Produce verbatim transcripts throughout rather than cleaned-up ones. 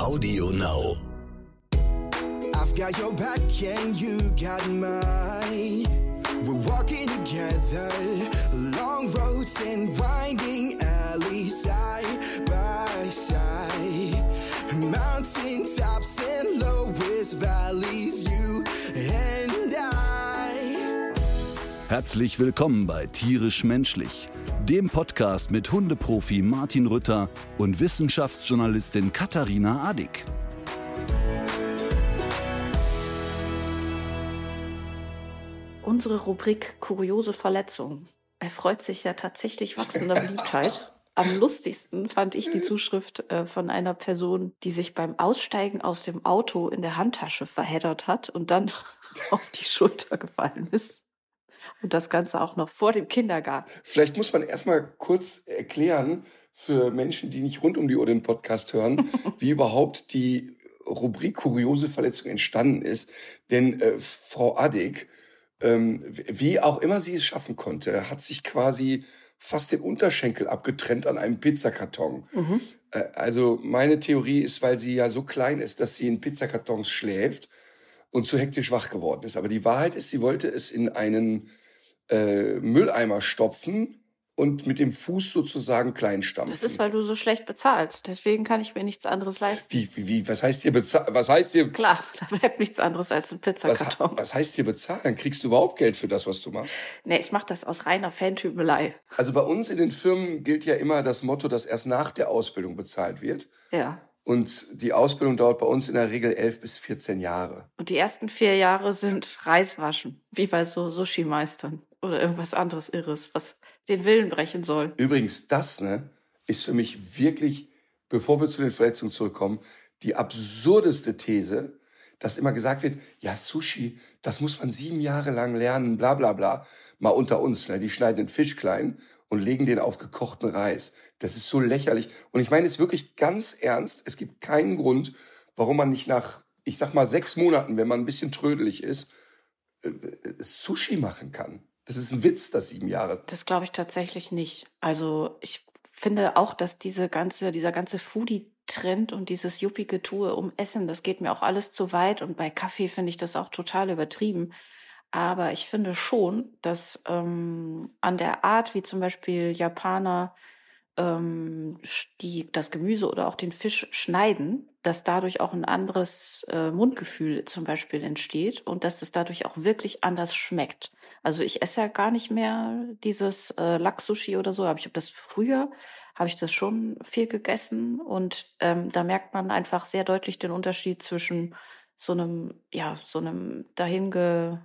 Audio Now. I've got your back and you got mine. We're walking together, long roads and winding alleys, side by side. Mountain tops and lowest valleys, you and I. Herzlich willkommen bei Tierisch Menschlich, dem Podcast mit Hundeprofi Martin Rütter und Wissenschaftsjournalistin Katharina Adick. Unsere Rubrik Kuriose Verletzung erfreut sich ja tatsächlich wachsender Beliebtheit. Am lustigsten fand ich die Zuschrift äh, von einer Person, die sich beim Aussteigen aus dem Auto in der Handtasche verheddert hat und dann auf die Schulter gefallen ist. Und das Ganze auch noch vor dem Kindergarten. Vielleicht muss man erstmal kurz erklären für Menschen, die nicht rund um die Uhr den Podcast hören, wie überhaupt die Rubrik Kuriose Verletzung entstanden ist. Denn äh, Frau Adick, ähm, wie auch immer sie es schaffen konnte, hat sich quasi fast den Unterschenkel abgetrennt an einem Pizzakarton. Mhm. Äh, also meine Theorie ist, weil sie ja so klein ist, dass sie in Pizzakartons schläft und zu hektisch wach geworden ist. Aber die Wahrheit ist, sie wollte es in einen äh, Mülleimer stopfen und mit dem Fuß sozusagen kleinstampfen. Das ist, weil du so schlecht bezahlst. Deswegen kann ich mir nichts anderes leisten. Wie, wie, wie was heißt hier bezahlen? Was heißt hier? Klar, da bleibt nichts anderes als ein Pizzakarton. Was, was heißt hier bezahlen? Kriegst du überhaupt Geld für das, was du machst? Nee, ich mache das aus reiner Fantümelei. Also bei uns in den Firmen gilt ja immer das Motto, dass erst nach der Ausbildung bezahlt wird. Ja. Und die Ausbildung dauert bei uns in der Regel elf bis vierzehn Jahre. Und die ersten vier Jahre sind Reiswaschen, wie bei so Sushi-Meistern oder irgendwas anderes Irres, was den Willen brechen soll. Übrigens, das ne, ist für mich wirklich, bevor wir zu den Verletzungen zurückkommen, die absurdeste These, dass immer gesagt wird, ja, Sushi, das muss man sieben Jahre lang lernen, bla bla bla. Mal unter uns, ne, die schneiden den Fisch klein und legen den auf gekochten Reis. Das ist so lächerlich. Und ich meine es wirklich ganz ernst, es gibt keinen Grund, warum man nicht nach, ich sag mal, sechs Monaten, wenn man ein bisschen trödelig ist, äh, Sushi machen kann. Das ist ein Witz, das sieben Jahre. Das glaube ich tatsächlich nicht. Also ich finde auch, dass diese ganze, dieser ganze Foodie-Trend und dieses Yuppie-Getue um Essen, das geht mir auch alles zu weit. Und bei Kaffee finde ich das auch total übertrieben. Aber ich finde schon, dass ähm, an der Art, wie zum Beispiel Japaner ähm, die, das Gemüse oder auch den Fisch schneiden, dass dadurch auch ein anderes äh, Mundgefühl zum Beispiel entsteht und dass es dadurch auch wirklich anders schmeckt. Also ich esse ja gar nicht mehr dieses äh, Lachs-Sushi oder so, aber ich habe das früher, habe ich das schon viel gegessen und ähm, da merkt man einfach sehr deutlich den Unterschied zwischen so einem, ja, so einem dahinge,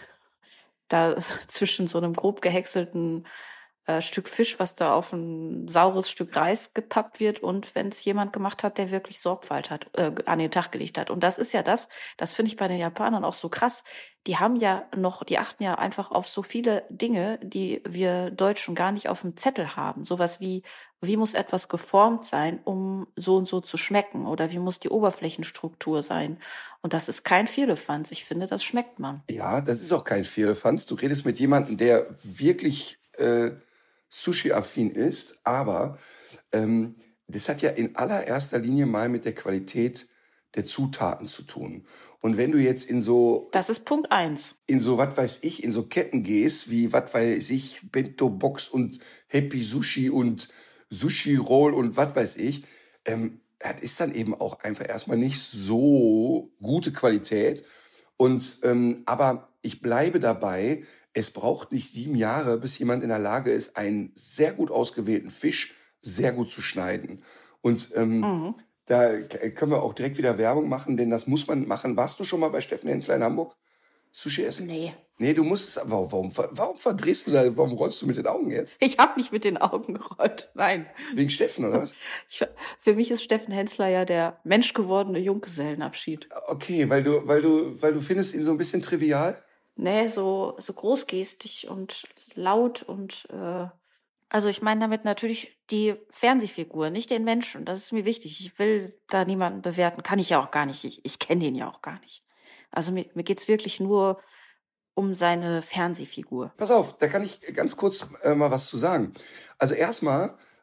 da zwischen so einem grob gehäckselten äh, Stück Fisch, was da auf ein saures Stück Reis gepappt wird und wenn es jemand gemacht hat, der wirklich Sorgfalt hat, äh, an den Tag gelegt hat. Und das ist ja das, das finde ich bei den Japanern auch so krass. Die haben ja noch, die achten ja einfach auf so viele Dinge, die wir Deutschen gar nicht auf dem Zettel haben. Sowas wie, wie muss etwas geformt sein, um so und so zu schmecken? Oder wie muss die Oberflächenstruktur sein? Und das ist kein Firlefanz. Ich finde, das schmeckt man. Ja, das ist auch kein Firlefanz. Du redest mit jemandem, der wirklich äh, Sushi-affin ist, aber ähm, das hat ja in allererster Linie mal mit der Qualität der Zutaten zu tun. Und wenn du jetzt in so... Das ist Punkt eins. In so, was weiß ich, in so Ketten gehst, wie, was weiß ich, Bento Box und Happy Sushi und Sushi Roll und was weiß ich, ähm, das ist dann eben auch einfach erstmal nicht so gute Qualität. Und ähm, aber ich bleibe dabei, es braucht nicht sieben Jahre, bis jemand in der Lage ist, einen sehr gut ausgewählten Fisch sehr gut zu schneiden. Und ähm, mhm. da können wir auch direkt wieder Werbung machen, denn das muss man machen. Warst du schon mal bei Steffen Hensler in Hamburg? Sushi essen? Nee. Nee, du musst es, warum, warum, warum verdrehst du da, warum rollst du mit den Augen jetzt? Ich habe nicht mit den Augen gerollt, nein. Wegen Steffen, oder was? Ich, für mich ist Steffen Hensler ja der menschgewordene Junggesellenabschied. Okay, weil du, weil du, weil du findest ihn so ein bisschen trivial? Nee, so, so großgestig und laut und, äh, also ich meine damit natürlich die Fernsehfigur, nicht den Menschen. Das ist mir wichtig. Ich will da niemanden bewerten. Kann ich ja auch gar nicht. Ich, ich kenne den ja auch gar nicht. Also mir, mir geht's wirklich nur um seine Fernsehfigur. Pass auf, da kann ich ganz kurz äh, mal was zu sagen. Also erstmal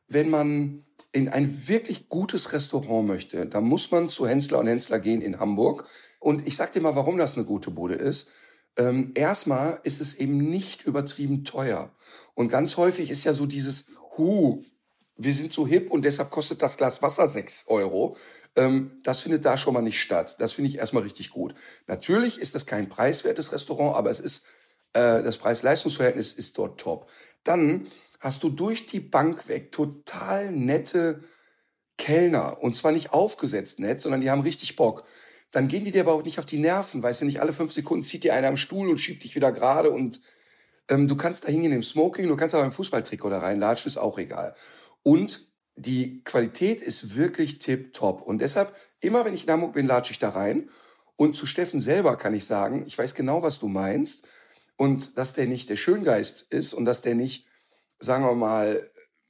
wenn man in ein wirklich gutes Restaurant möchte, dann muss man zu Hensler und Hensler gehen in Hamburg. Und ich sag dir mal, warum das eine gute Bude ist. Ähm, erstmal ist es eben nicht übertrieben teuer. Und ganz häufig ist ja so dieses, hu, wir sind so hip und deshalb kostet das Glas Wasser sechs Euro. Ähm, das findet da schon mal nicht statt. Das finde ich erstmal richtig gut. Natürlich ist das kein preiswertes Restaurant, aber es ist, äh, das Preis-Leistungs-Verhältnis ist dort top. Dann hast du durch die Bank weg total nette Kellner. Und zwar nicht aufgesetzt nett, sondern die haben richtig Bock. Dann gehen die dir aber auch nicht auf die Nerven. Weißt du, nicht alle fünf Sekunden zieht dir einer am Stuhl und schiebt dich wieder gerade. Und ähm, du kannst da hingehen im Smoking, du kannst aber im Fußballtrikot da reinlatschen, ist auch egal. Und die Qualität ist wirklich tipptopp. Und deshalb, immer wenn ich in Hamburg bin, latsche ich da rein. Und zu Steffen selber kann ich sagen, ich weiß genau, was du meinst. Und dass der nicht der Schöngeist ist und dass der nicht, sagen wir mal,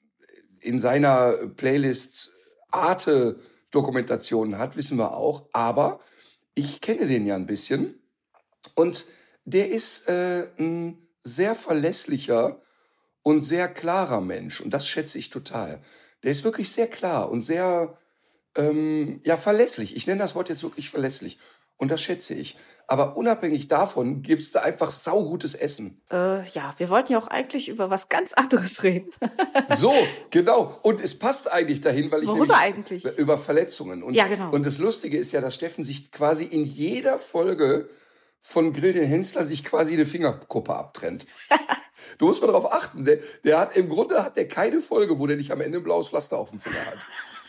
in seiner Playlist Arte-Dokumentationen hat, wissen wir auch. Aber ich kenne den ja ein bisschen. Und der ist äh, ein sehr verlässlicher und sehr klarer Mensch. Und das schätze ich total. Der ist wirklich sehr klar und sehr ähm, ja verlässlich. Ich nenne das Wort jetzt wirklich verlässlich. Und das schätze ich. Aber unabhängig davon gibt es da einfach saugutes Essen. Äh, ja, wir wollten ja auch eigentlich über was ganz anderes reden. So, genau. Und es passt eigentlich dahin, weil ich Worüber nämlich eigentlich? über Verletzungen. Und, ja, genau. Und das Lustige ist ja, dass Steffen sich quasi in jeder Folge von Grill den Hensler sich quasi eine Fingerkuppe abtrennt. Du musst mal darauf achten. Der, der hat im Grunde hat der keine Folge, wo der nicht am Ende ein blaues Pflaster auf dem Finger hat.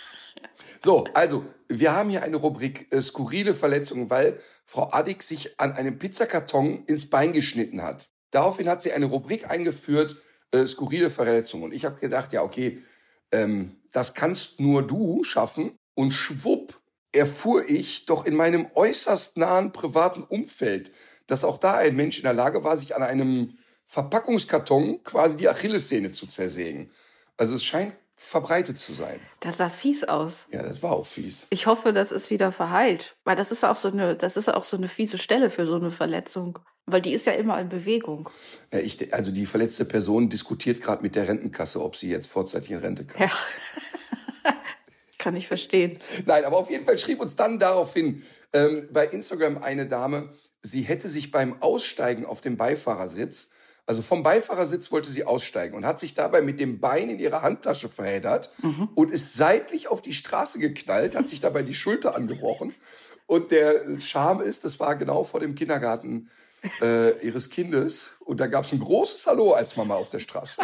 So, also, wir haben hier eine Rubrik äh, skurrile Verletzungen, weil Frau Addig sich an einem Pizzakarton ins Bein geschnitten hat. Daraufhin hat sie eine Rubrik eingeführt, äh, skurrile Verletzungen. Und ich habe gedacht, ja, okay, ähm, das kannst nur du schaffen. Und schwupp erfuhr ich doch in meinem äußerst nahen privaten Umfeld, dass auch da ein Mensch in der Lage war, sich an einem Verpackungskarton quasi die Achillessehne zu zersägen. Also es scheint verbreitet zu sein. Das sah fies aus. Ja, das war auch fies. Ich hoffe, das ist wieder verheilt. Weil das ist auch so eine, das ist auch so eine fiese Stelle für so eine Verletzung. Weil die ist ja immer in Bewegung. Ja, ich, also die verletzte Person diskutiert gerade mit der Rentenkasse, ob sie jetzt vorzeitig in Rente kann. Ja. Kann ich verstehen. Nein, aber auf jeden Fall schrieb uns dann daraufhin ähm, bei Instagram eine Dame, sie hätte sich beim Aussteigen auf dem Beifahrersitz, also vom Beifahrersitz wollte sie aussteigen und hat sich dabei mit dem Bein in ihre Handtasche verheddert mhm. und ist seitlich auf die Straße geknallt, hat sich dabei die Schulter angebrochen. Und der Charme ist, das war genau vor dem Kindergarten äh, ihres Kindes. Und da gab es ein großes Hallo als Mama auf der Straße.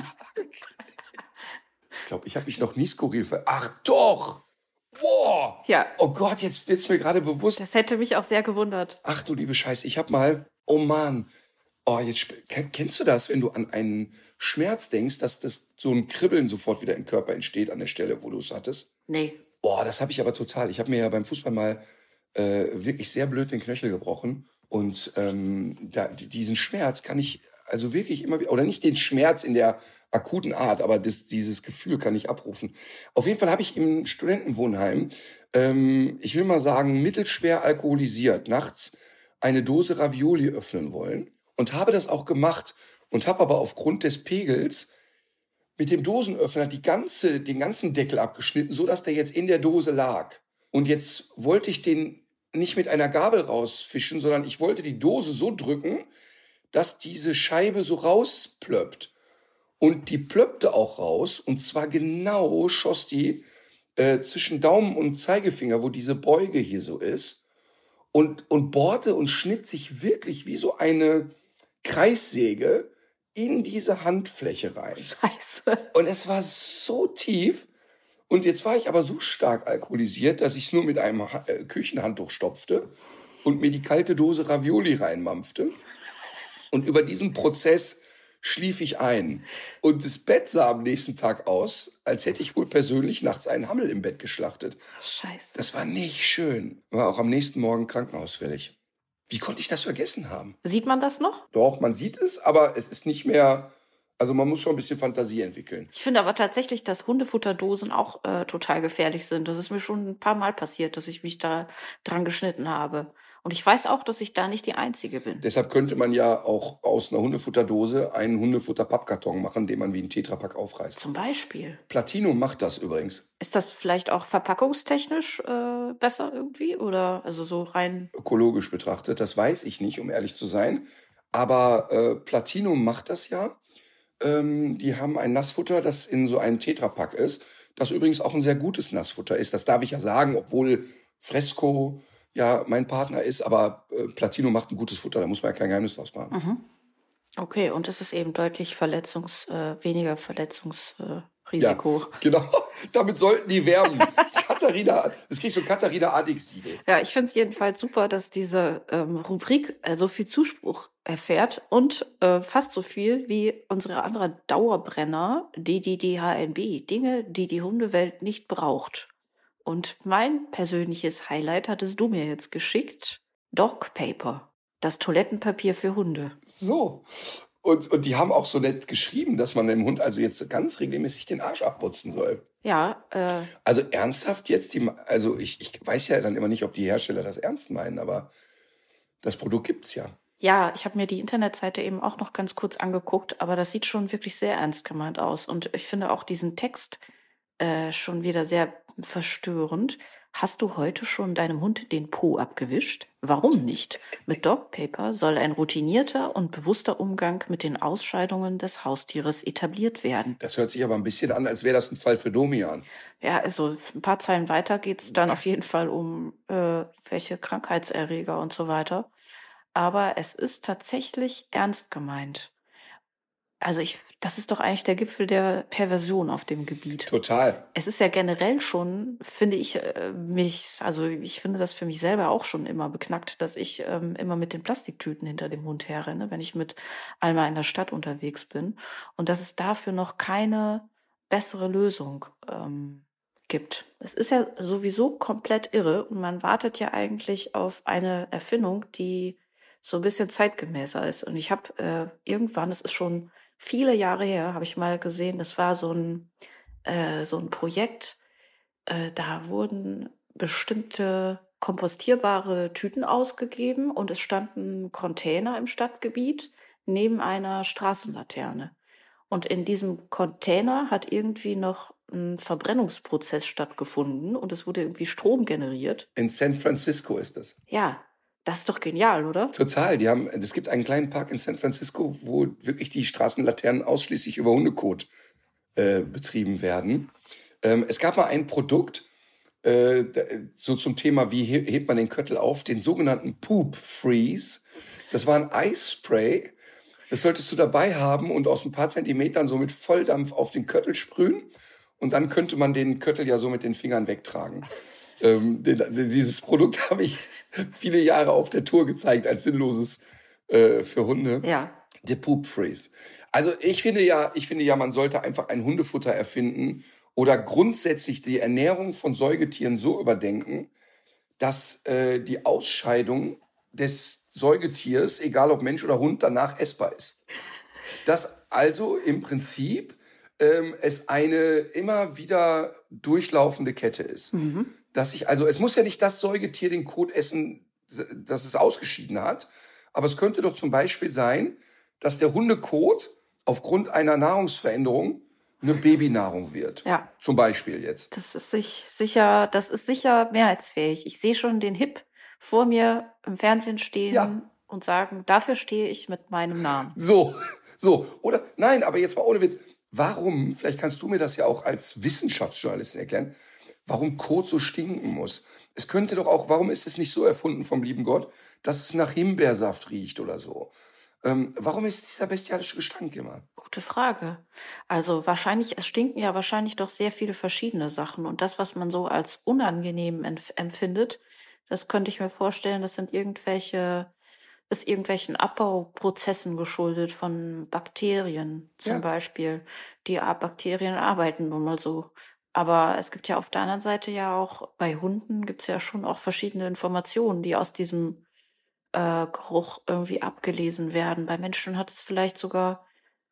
Ich glaube, ich habe mich noch nie skurril ver... Ach doch! Boah! Ja. Oh Gott, jetzt wird's mir gerade bewusst. Das hätte mich auch sehr gewundert. Ach du liebe Scheiße, ich habe mal... Oh Mann... Oh, jetzt kennst du das, wenn du an einen Schmerz denkst, dass das so ein Kribbeln sofort wieder im Körper entsteht an der Stelle, wo du es hattest? Nee. Boah, das habe ich aber total. Ich habe mir ja beim Fußball mal äh, wirklich sehr blöd den Knöchel gebrochen. Und ähm, da, diesen Schmerz kann ich also wirklich immer wieder, oder nicht den Schmerz in der akuten Art, aber das, dieses Gefühl kann ich abrufen. Auf jeden Fall habe ich im Studentenwohnheim, ähm, ich will mal sagen, mittelschwer alkoholisiert, nachts eine Dose Ravioli öffnen wollen. Und habe das auch gemacht und habe aber aufgrund des Pegels mit dem Dosenöffner die ganze, den ganzen Deckel abgeschnitten, so dass der jetzt in der Dose lag. Und jetzt wollte ich den nicht mit einer Gabel rausfischen, sondern ich wollte die Dose so drücken, dass diese Scheibe so rausplöppt. Und die plöppte auch raus. Und zwar genau schoss die äh, zwischen Daumen und Zeigefinger, wo diese Beuge hier so ist. Und, und bohrte und schnitt sich wirklich wie so eine Kreissäge in diese Handfläche rein. Scheiße. Und es war so tief. Und jetzt war ich aber so stark alkoholisiert, dass ich es nur mit einem ha- äh, Küchenhandtuch stopfte und mir die kalte Dose Ravioli reinmampfte. Und über diesen Prozess schlief ich ein. Und das Bett sah am nächsten Tag aus, als hätte ich wohl persönlich nachts einen Hammel im Bett geschlachtet. Scheiße. Das war nicht schön. War auch am nächsten Morgen krankenhausfällig. Wie konnte ich das vergessen haben? Sieht man das noch? Doch, man sieht es, aber es ist nicht mehr, also man muss schon ein bisschen Fantasie entwickeln. Ich finde aber tatsächlich, dass Hundefutterdosen auch äh, total gefährlich sind. Das ist mir schon ein paar Mal passiert, dass ich mich da dran geschnitten habe. Und ich weiß auch, dass ich da nicht die Einzige bin. Deshalb könnte man ja auch aus einer Hundefutterdose einen Hundefutter-Pappkarton machen, den man wie ein Tetrapack aufreißt. Zum Beispiel. Platinum macht das übrigens. Ist das vielleicht auch verpackungstechnisch äh, besser irgendwie? Oder also so rein... Ökologisch betrachtet, das weiß ich nicht, um ehrlich zu sein. Aber äh, Platinum macht das ja. Ähm, die haben ein Nassfutter, das in so einem Tetrapack ist, das übrigens auch ein sehr gutes Nassfutter ist. Das darf ich ja sagen, obwohl Fresco ja mein Partner ist, aber äh, Platinum macht ein gutes Futter, da muss man ja kein Geheimnis draus machen. Mhm. Okay, und es ist eben deutlich verletzungs, äh, weniger Verletzungsrisiko. Ja, genau, damit sollten die werben. Katharina, das kriegst du Katharina Adick-Siegel. Ja, ich finde es jedenfalls super, dass diese ähm, Rubrik äh, so viel Zuspruch erfährt und äh, fast so viel wie unsere andere Dauerbrenner, D D D H N B, Dinge, die die Hundewelt nicht braucht. Und mein persönliches Highlight hattest du mir jetzt geschickt, Dog Paper, das Toilettenpapier für Hunde. So, und, und die haben auch so nett geschrieben, dass man dem Hund also jetzt ganz regelmäßig den Arsch abputzen soll. Ja. Äh, also ernsthaft jetzt, die, also ich, ich weiß ja dann immer nicht, ob die Hersteller das ernst meinen, aber das Produkt gibt's ja. Ja, ich habe mir die Internetseite eben auch noch ganz kurz angeguckt, aber das sieht schon wirklich sehr ernst gemeint aus. Und ich finde auch diesen Text äh, schon wieder sehr verstörend. Hast du heute schon deinem Hund den Po abgewischt? Warum nicht? Mit Dog Paper soll ein routinierter und bewusster Umgang mit den Ausscheidungen des Haustieres etabliert werden. Das hört sich aber ein bisschen an, als wäre das ein Fall für Domian. Ja, also ein paar Zeilen weiter geht's dann auf jeden Fall um äh, welche Krankheitserreger und so weiter. Aber es ist tatsächlich ernst gemeint. Also ich, das ist doch eigentlich der Gipfel der Perversion auf dem Gebiet. Total. Es ist ja generell schon, finde ich äh, mich, also ich finde das für mich selber auch schon immer beknackt, dass ich ähm, immer mit den Plastiktüten hinter dem Hund herrenne, wenn ich mit Alma in der Stadt unterwegs bin. Und dass es dafür noch keine bessere Lösung ähm, gibt. Es ist ja sowieso komplett irre und man wartet ja eigentlich auf eine Erfindung, die so ein bisschen zeitgemäßer ist. Und ich habe äh, irgendwann, das ist schon viele Jahre her, habe ich mal gesehen, das war so ein, äh, so ein Projekt, äh, da wurden bestimmte kompostierbare Tüten ausgegeben und es standen Container im Stadtgebiet neben einer Straßenlaterne. Und in diesem Container hat irgendwie noch ein Verbrennungsprozess stattgefunden und es wurde irgendwie Strom generiert. In San Francisco ist das. Ja. Das ist doch genial, oder? Total. Die haben, es gibt einen kleinen Park in San Francisco, wo wirklich die Straßenlaternen ausschließlich über Hundekot äh, betrieben werden. Ähm, es gab mal ein Produkt, äh, so zum Thema, wie hebt man den Köttel auf, den sogenannten Poop Freeze. Das war ein Eisspray. Das solltest du dabei haben und aus ein paar Zentimetern so mit Volldampf auf den Köttel sprühen. Und dann könnte man den Köttel ja so mit den Fingern wegtragen. Ähm, den, dieses Produkt habe ich viele Jahre auf der Tour gezeigt als sinnloses äh, für Hunde. Ja. Der Poop Freeze. Also ich finde ja, ich finde ja, man sollte einfach ein Hundefutter erfinden oder grundsätzlich die Ernährung von Säugetieren so überdenken, dass äh, die Ausscheidung des Säugetiers, egal ob Mensch oder Hund, danach essbar ist. Dass also im Prinzip ähm, es eine immer wieder durchlaufende Kette ist. Mhm. Dass ich, also es muss ja nicht das Säugetier den Kot essen, das es ausgeschieden hat, aber es könnte doch zum Beispiel sein, dass der Hundekot aufgrund einer Nahrungsveränderung eine Babynahrung wird. Ja. Zum Beispiel jetzt. Das ist sich sicher, das ist sicher mehrheitsfähig. Ich sehe schon den Hip vor mir im Fernsehen stehen ja. und sagen, dafür stehe ich mit meinem Namen. So, so. Oder, nein, aber jetzt mal ohne Witz. Warum, vielleicht kannst du mir das ja auch als Wissenschaftsjournalistin erklären, warum Kot so stinken muss. Es könnte doch auch, warum ist es nicht so erfunden vom lieben Gott, dass es nach Himbeersaft riecht oder so? Ähm, warum ist dieser bestialische Gestank immer? Gute Frage. Also wahrscheinlich, es stinken ja wahrscheinlich doch sehr viele verschiedene Sachen. Und das, was man so als unangenehm empf- empfindet, das könnte ich mir vorstellen, das sind irgendwelche, ist irgendwelchen Abbauprozessen geschuldet von Bakterien zum ja. Beispiel. Die Bakterien arbeiten nun mal so. Aber es gibt ja auf der anderen Seite ja auch, bei Hunden gibt es ja schon auch verschiedene Informationen, die aus diesem äh, Geruch irgendwie abgelesen werden. Bei Menschen hat es vielleicht sogar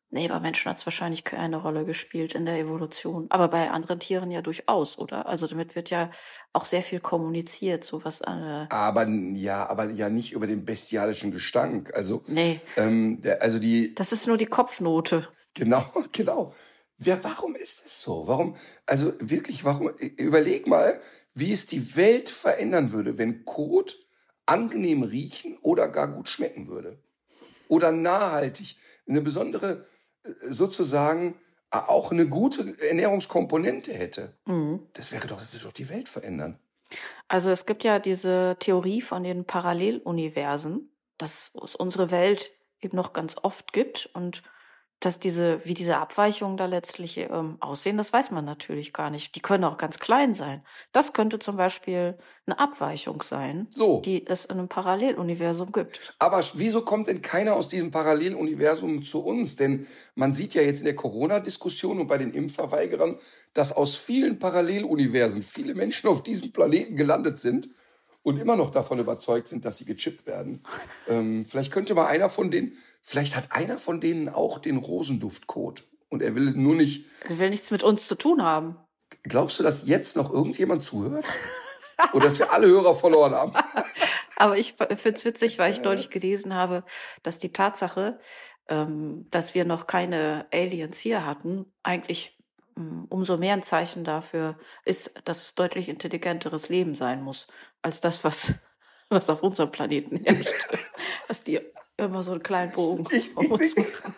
Nee, bei Menschen hat es wahrscheinlich keine Rolle gespielt in der Evolution. Aber bei anderen Tieren ja durchaus, oder? Also damit wird ja auch sehr viel kommuniziert, so was äh, Aber ja, aber ja nicht über den bestialischen Gestank. Also, Nee, ähm, der, also die, das ist nur die Kopfnote. genau, genau. Ja, warum ist es so? Warum, also wirklich, warum, überleg mal, wie es die Welt verändern würde, wenn Kot angenehm riechen oder gar gut schmecken würde. Oder nachhaltig, eine besondere, äh, sozusagen, äh, auch eine gute Ernährungskomponente hätte. Mhm. Das wäre doch, das würde doch die Welt verändern. Also es gibt ja diese Theorie von den Paralleluniversen, dass es unsere Welt eben noch ganz oft gibt und dass diese, wie diese Abweichungen da letztlich ähm, aussehen, das weiß man natürlich gar nicht. Die können auch ganz klein sein. Das könnte zum Beispiel eine Abweichung sein, So. die es in einem Paralleluniversum gibt. Aber wieso kommt denn keiner aus diesem Paralleluniversum zu uns? Denn man sieht ja jetzt in der Corona-Diskussion und bei den Impfverweigerern, dass aus vielen Paralleluniversen viele Menschen auf diesem Planeten gelandet sind und immer noch davon überzeugt sind, dass sie gechippt werden. ähm, vielleicht könnte mal einer von denen, vielleicht hat einer von denen auch den Rosenduftcode und er will nur nicht. Er will nichts mit uns zu tun haben. Glaubst du, dass jetzt noch irgendjemand zuhört? Oder dass wir alle Hörer verloren haben? Aber ich finde es witzig, weil ich neulich gelesen habe, dass die Tatsache, ähm, dass wir noch keine Aliens hier hatten, eigentlich ähm, umso mehr ein Zeichen dafür ist, dass es deutlich intelligenteres Leben sein muss, als das, was, was auf unserem Planeten herrscht. Dass die immer so einen kleinen Bogen Ich- um uns ich- machen.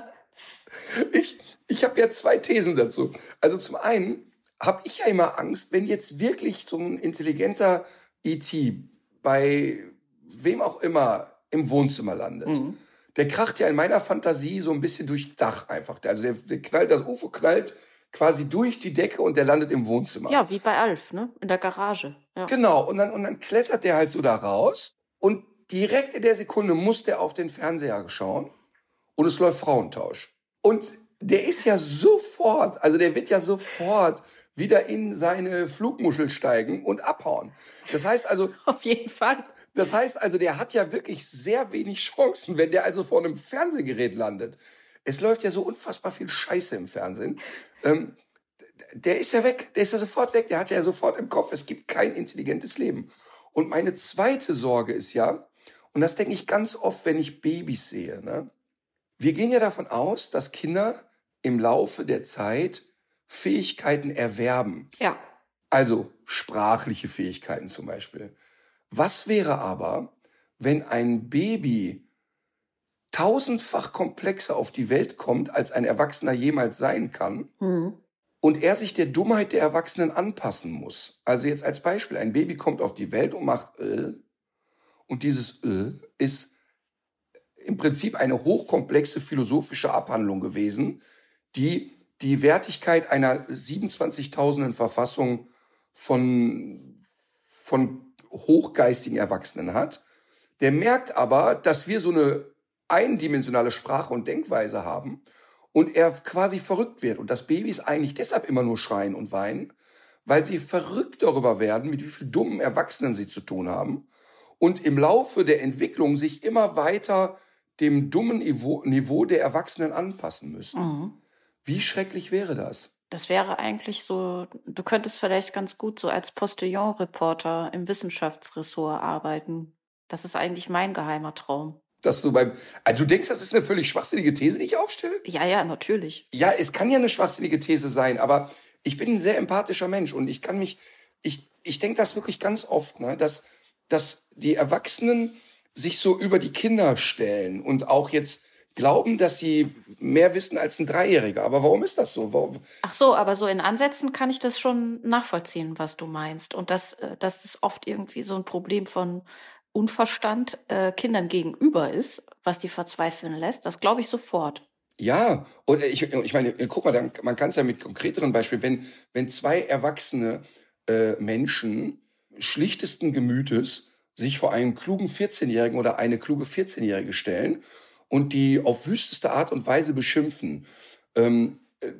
Ich, ich habe ja zwei Thesen dazu. Also zum einen habe ich ja immer Angst, wenn jetzt wirklich so ein intelligenter E T bei wem auch immer im Wohnzimmer landet. Mhm. Der kracht ja in meiner Fantasie so ein bisschen durchs Dach einfach. Also der, der knallt, das U F O knallt quasi durch die Decke und der landet im Wohnzimmer. Ja, wie bei Alf, ne? In der Garage. Ja. Genau, und dann, und dann klettert der halt so da raus und direkt in der Sekunde muss der auf den Fernseher schauen und es läuft Frauentausch. Und der ist ja sofort, also der wird ja sofort wieder in seine Flugmuschel steigen und abhauen. Das heißt also, Auf jeden Fall. das heißt also, der hat ja wirklich sehr wenig Chancen, wenn der also vor einem Fernsehgerät landet. Es läuft ja so unfassbar viel Scheiße im Fernsehen. Ähm, der ist ja weg, der ist ja sofort weg, der hat ja sofort im Kopf, es gibt kein intelligentes Leben. Und meine zweite Sorge ist ja, und das denke ich ganz oft, wenn ich Babys sehe, ne? Wir gehen ja davon aus, dass Kinder im Laufe der Zeit Fähigkeiten erwerben. Ja. Also sprachliche Fähigkeiten zum Beispiel. Was wäre aber, wenn ein Baby tausendfach komplexer auf die Welt kommt, als ein Erwachsener jemals sein kann, Mhm. und er sich der Dummheit der Erwachsenen anpassen muss? Also jetzt als Beispiel, ein Baby kommt auf die Welt und macht äh, und dieses äh ist im Prinzip eine hochkomplexe philosophische Abhandlung gewesen, die die Wertigkeit einer siebenundzwanzigtausenden Verfassung von, von hochgeistigen Erwachsenen hat. Der merkt aber, dass wir so eine eindimensionale Sprache und Denkweise haben und er quasi verrückt wird und dass Babys eigentlich deshalb immer nur schreien und weinen, weil sie verrückt darüber werden, mit wie viel dummen Erwachsenen sie zu tun haben und im Laufe der Entwicklung sich immer weiter dem dummen Niveau, Niveau der Erwachsenen anpassen müssen. Mhm. Wie schrecklich wäre das? Das wäre eigentlich so, du könntest vielleicht ganz gut so als Postillon-Reporter im Wissenschaftsressort arbeiten. Das ist eigentlich mein geheimer Traum. Dass du beim, also du denkst, das ist eine völlig schwachsinnige These, die ich aufstelle? Ja, ja, natürlich. Ja, es kann ja eine schwachsinnige These sein, aber ich bin ein sehr empathischer Mensch und ich kann mich, ich, ich denke das wirklich ganz oft, ne, dass, dass die Erwachsenen sich so über die Kinder stellen und auch jetzt glauben, dass sie mehr wissen als ein Dreijähriger. Aber warum ist das so? Warum? Ach so, aber so in Ansätzen kann ich das schon nachvollziehen, was du meinst. Und dass, äh, dass es oft irgendwie so ein Problem von Unverstand äh, Kindern gegenüber ist, was die verzweifeln lässt, das glaube ich sofort. Ja, und ich, ich meine, guck mal, dann, man kann es ja mit konkreteren Beispielen, wenn, wenn zwei erwachsene äh, Menschen schlichtesten Gemütes sich vor einen klugen vierzehnjährigen oder eine kluge vierzehnjährige stellen und die auf wüsteste Art und Weise beschimpfen. Ähm,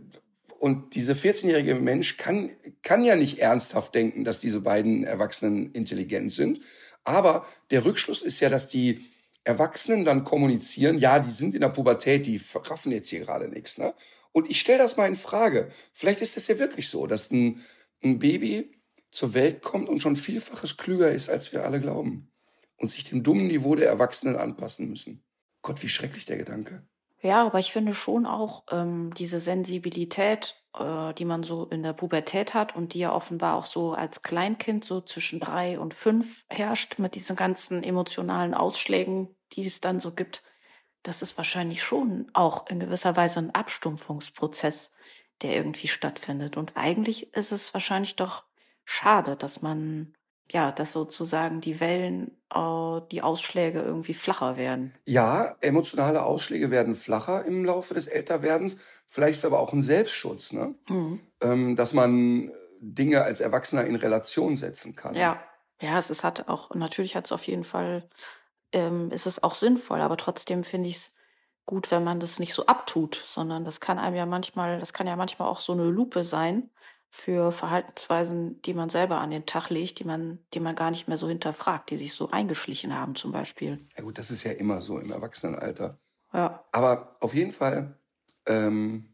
und diese vierzehnjährige Mensch kann, kann ja nicht ernsthaft denken, dass diese beiden Erwachsenen intelligent sind. Aber der Rückschluss ist ja, dass die Erwachsenen dann kommunizieren, ja, die sind in der Pubertät, die raffen jetzt hier gerade nichts. Ne? Und ich stelle das mal in Frage. Vielleicht ist das ja wirklich so, dass ein, ein Baby zur Welt kommt und schon vielfaches klüger ist, als wir alle glauben. Und sich dem dummen Niveau der Erwachsenen anpassen müssen. Gott, wie schrecklich der Gedanke. Ja, aber ich finde schon auch ähm, diese Sensibilität, äh, die man so in der Pubertät hat und die ja offenbar auch so als Kleinkind so zwischen drei und fünf herrscht mit diesen ganzen emotionalen Ausschlägen, die es dann so gibt. Das ist wahrscheinlich schon auch in gewisser Weise ein Abstumpfungsprozess, der irgendwie stattfindet. Und eigentlich ist es wahrscheinlich doch schade, dass man, ja, dass sozusagen die Wellen, äh, die Ausschläge irgendwie flacher werden. Ja, emotionale Ausschläge werden flacher im Laufe des Älterwerdens. Vielleicht ist es aber auch ein Selbstschutz, ne? Mhm. Ähm, dass man Dinge als Erwachsener in Relation setzen kann. Ja, ja, es ist, hat auch, natürlich hat es auf jeden Fall, ähm, ist es auch sinnvoll, aber trotzdem finde ich es gut, wenn man das nicht so abtut, sondern das kann einem ja manchmal, das kann ja manchmal auch so eine Lupe sein für Verhaltensweisen, die man selber an den Tag legt, die man, die man gar nicht mehr so hinterfragt, die sich so eingeschlichen haben zum Beispiel. Ja gut, das ist ja immer so im Erwachsenenalter. Ja. Aber auf jeden Fall, ähm,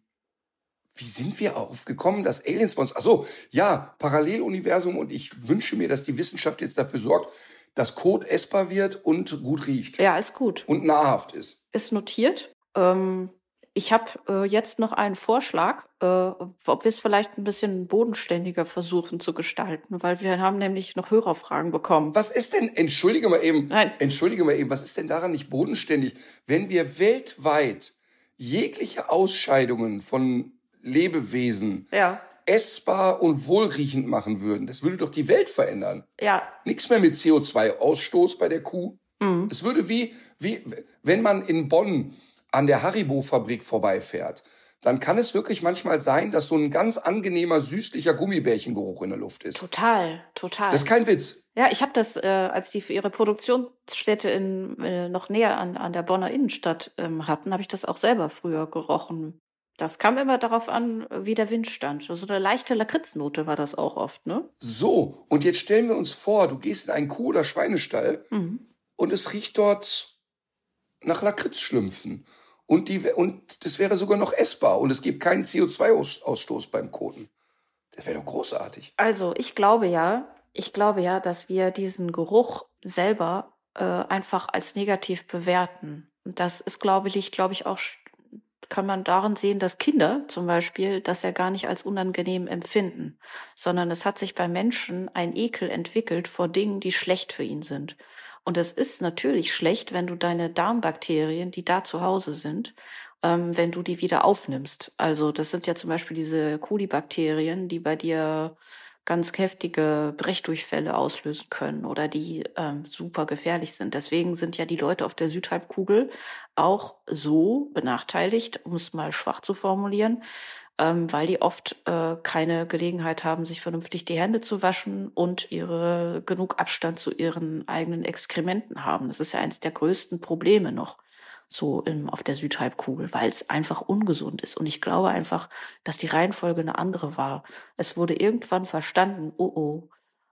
wie sind wir aufgekommen, dass Aliens bei uns... Ach so, ja, Paralleluniversum, und ich wünsche mir, dass die Wissenschaft jetzt dafür sorgt, dass Kot essbar wird und gut riecht. Ja, ist gut. Und nahrhaft ist. Ist notiert. Ähm, ich habe äh, jetzt noch einen Vorschlag, äh, ob wir es vielleicht ein bisschen bodenständiger versuchen zu gestalten, weil wir haben nämlich noch Hörerfragen bekommen. Was ist denn, entschuldige mal eben, Nein. entschuldige mal eben, was ist denn daran nicht bodenständig, wenn wir weltweit jegliche Ausscheidungen von Lebewesen Ja. essbar und wohlriechend machen würden? Das würde doch die Welt verändern. Ja. Nichts mehr mit C O zwei Ausstoß bei der Kuh. Mhm. Es würde wie, wie, wenn man in Bonn an der Haribo-Fabrik vorbeifährt, dann kann es wirklich manchmal sein, dass so ein ganz angenehmer, süßlicher Gummibärchengeruch in der Luft ist. Total, total. Das ist kein Witz. Ja, ich habe das, äh, als die für ihre Produktionsstätte in, äh, noch näher an, an der Bonner Innenstadt ähm, hatten, habe ich das auch selber früher gerochen. Das kam immer darauf an, wie der Wind stand. So eine leichte Lakritznote war das auch oft, ne? So, und jetzt stellen wir uns vor, du gehst in einen Kuh- oder Schweinestall Mhm. und es riecht dort nach Lakritzschlümpfen. Und, die, und das wäre sogar noch essbar und es gibt keinen C O zwei Ausstoß beim Koten. Das wäre doch großartig. Also, ich glaube ja, ich glaube ja, dass wir diesen Geruch selber äh, einfach als negativ bewerten. Und das ist, glaube ich, glaube ich auch, kann man darin sehen, dass Kinder zum Beispiel das ja gar nicht als unangenehm empfinden, sondern es hat sich bei Menschen ein Ekel entwickelt vor Dingen, die schlecht für ihn sind. Und es ist natürlich schlecht, wenn du deine Darmbakterien, die da zu Hause sind, ähm, wenn du die wieder aufnimmst. Also das sind ja zum Beispiel diese Kolibakterien, die bei dir ganz heftige Brechdurchfälle auslösen können oder die ähm, super gefährlich sind. Deswegen sind ja die Leute auf der Südhalbkugel auch so benachteiligt, um es mal schwach zu formulieren, ähm, weil die oft äh, keine Gelegenheit haben, sich vernünftig die Hände zu waschen und ihre genug Abstand zu ihren eigenen Exkrementen haben. Das ist ja eines der größten Probleme noch so im, auf der Südhalbkugel, weil es einfach ungesund ist. Und ich glaube einfach, dass die Reihenfolge eine andere war. Es wurde irgendwann verstanden, oh oh,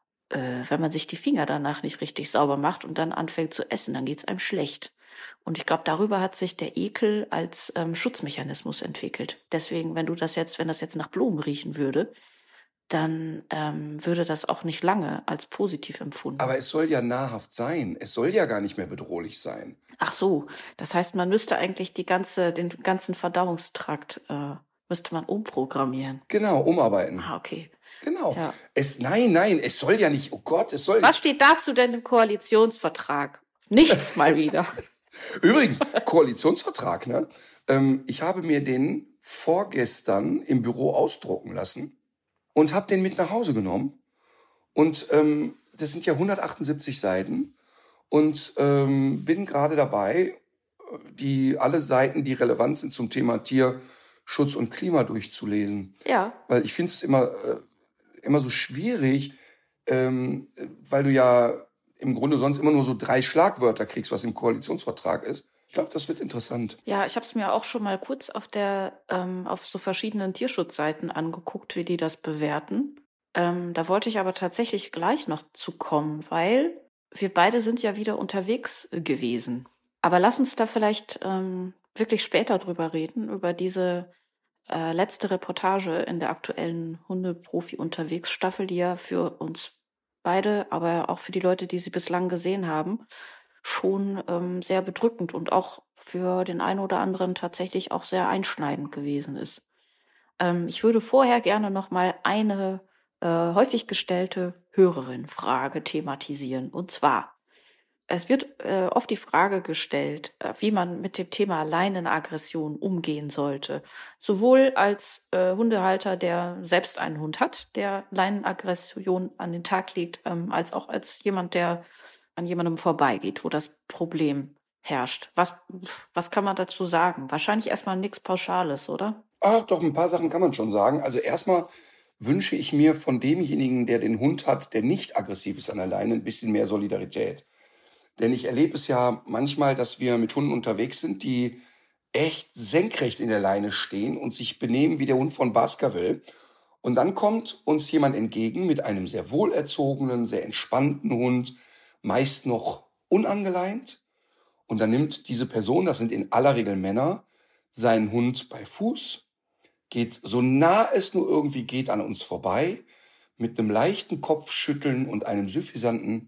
äh, wenn man sich die Finger danach nicht richtig sauber macht und dann anfängt zu essen, dann geht's einem schlecht. Und ich glaube, darüber hat sich der Ekel als ähm, Schutzmechanismus entwickelt. Deswegen, wenn du das jetzt, wenn das jetzt nach Blumen riechen würde, dann ähm, würde das auch nicht lange als positiv empfunden. Aber es soll ja nahrhaft sein. Es soll ja gar nicht mehr bedrohlich sein. Ach so, das heißt, man müsste eigentlich die ganze, den ganzen Verdauungstrakt äh, müsste man umprogrammieren. Genau, umarbeiten. Ah, okay. Genau. Ja. Es, nein, nein, es soll ja nicht, oh Gott, es soll Was steht dazu denn im Koalitionsvertrag? Nichts mal wieder. Übrigens, Koalitionsvertrag, ne? Ähm, ich habe mir den vorgestern im Büro ausdrucken lassen und habe den mit nach Hause genommen. Und ähm, das sind ja hundertachtundsiebzig Seiten. Und ähm, bin gerade dabei, die alle Seiten, die relevant sind zum Thema Tierschutz und Klima durchzulesen. Ja. Weil ich finde es immer, äh, immer so schwierig, ähm, weil du ja im Grunde sonst immer nur so drei Schlagwörter kriegst, was im Koalitionsvertrag ist. Ich glaube, das wird interessant. Ja, ich habe es mir auch schon mal kurz auf der ähm, auf so verschiedenen Tierschutzseiten angeguckt, wie die das bewerten. Ähm, da wollte ich aber tatsächlich gleich noch zu kommen, weil wir beide sind ja wieder unterwegs gewesen. Aber lass uns da vielleicht ähm, wirklich später drüber reden, über diese äh, letzte Reportage in der aktuellen Hundeprofi-Unterwegs-Staffel, die ja für uns beide, aber auch für die Leute, die sie bislang gesehen haben, schon ähm, sehr bedrückend und auch für den einen oder anderen tatsächlich auch sehr einschneidend gewesen ist. Ähm, ich würde vorher gerne noch mal eine äh, häufig gestellte Hörerin-Frage thematisieren. Und zwar, es wird äh, oft die Frage gestellt, äh, wie man mit dem Thema Leinenaggression umgehen sollte. Sowohl als äh, Hundehalter, der selbst einen Hund hat, der Leinenaggression an den Tag legt, ähm, als auch als jemand, der an jemandem vorbeigeht, wo das Problem herrscht. Was, was kann man dazu sagen? Wahrscheinlich erstmal nichts Pauschales, oder? Ach doch, ein paar Sachen kann man schon sagen. Also erstmal wünsche ich mir von demjenigen, der den Hund hat, der nicht aggressiv ist an der Leine, ein bisschen mehr Solidarität. Denn ich erlebe es ja manchmal, dass wir mit Hunden unterwegs sind, die echt senkrecht in der Leine stehen und sich benehmen wie der Hund von Baskerville. Und dann kommt uns jemand entgegen mit einem sehr wohlerzogenen, sehr entspannten Hund, meist noch unangeleint. Und dann nimmt diese Person, das sind in aller Regel Männer, seinen Hund bei Fuß, geht so nah es nur irgendwie geht an uns vorbei, mit einem leichten Kopfschütteln und einem suffisanten.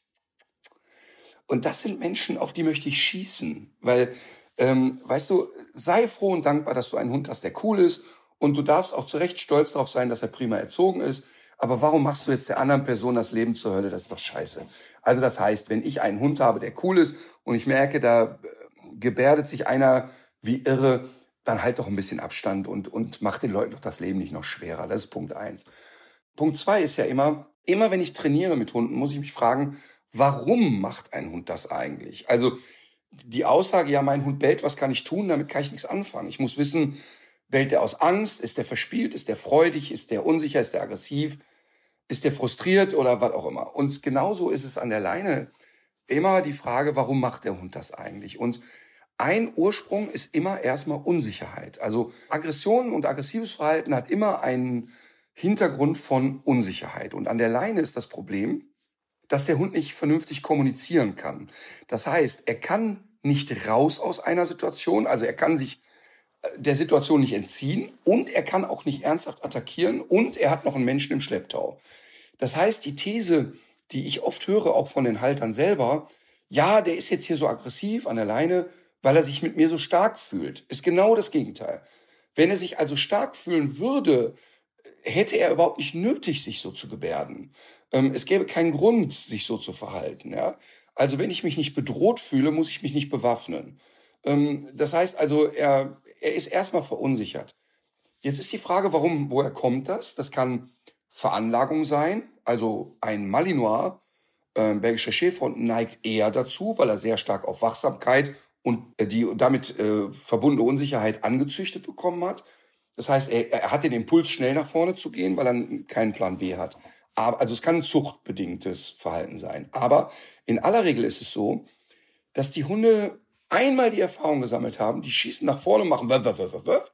Und das sind Menschen, auf die möchte ich schießen. Weil, ähm, weißt du, sei froh und dankbar, dass du einen Hund hast, der cool ist. Und du darfst auch zu Recht stolz darauf sein, dass er prima erzogen ist. Aber warum machst du jetzt der anderen Person das Leben zur Hölle? Das ist doch scheiße. Also das heißt, wenn ich einen Hund habe, der cool ist und ich merke, da gebärdet sich einer wie irre, dann halt doch ein bisschen Abstand und, und mach den Leuten doch das Leben nicht noch schwerer. Das ist Punkt eins. Punkt zwei ist ja immer, immer wenn ich trainiere mit Hunden, muss ich mich fragen, warum macht ein Hund das eigentlich? Also die Aussage, ja, mein Hund bellt, was kann ich tun? Damit kann ich nichts anfangen. Ich muss wissen, bellt er aus Angst? Ist der verspielt? Ist der freudig? Ist der unsicher? Ist der aggressiv? Ist der frustriert oder was auch immer? Und genauso ist es an der Leine immer die Frage, warum macht der Hund das eigentlich? Und ein Ursprung ist immer erstmal Unsicherheit. Also Aggression und aggressives Verhalten hat immer einen Hintergrund von Unsicherheit. Und an der Leine ist das Problem, dass der Hund nicht vernünftig kommunizieren kann. Das heißt, er kann nicht raus aus einer Situation, also er kann sich der Situation nicht entziehen und er kann auch nicht ernsthaft attackieren und er hat noch einen Menschen im Schlepptau. Das heißt, die These, die ich oft höre, auch von den Haltern selber, ja, der ist jetzt hier so aggressiv an der Leine, weil er sich mit mir so stark fühlt, ist genau das Gegenteil. Wenn er sich also stark fühlen würde, hätte er überhaupt nicht nötig, sich so zu gebärden. Ähm, es gäbe keinen Grund, sich so zu verhalten. Ja? Also wenn ich mich nicht bedroht fühle, muss ich mich nicht bewaffnen. Ähm, das heißt also, er, er ist erstmal verunsichert. Jetzt ist die Frage, warum, woher kommt das? Das kann Veranlagung sein. Also ein Malinois, äh, belgischer Schäferhund, neigt eher dazu, weil er sehr stark auf Wachsamkeit und die damit äh, verbundene Unsicherheit angezüchtet bekommen hat. Das heißt, er, er hat den Impuls, schnell nach vorne zu gehen, weil er keinen Plan B hat. Aber, also es kann ein zuchtbedingtes Verhalten sein. Aber in aller Regel ist es so, dass die Hunde einmal die Erfahrung gesammelt haben, die schießen nach vorne, machen wöff, wöff, wöff, wöff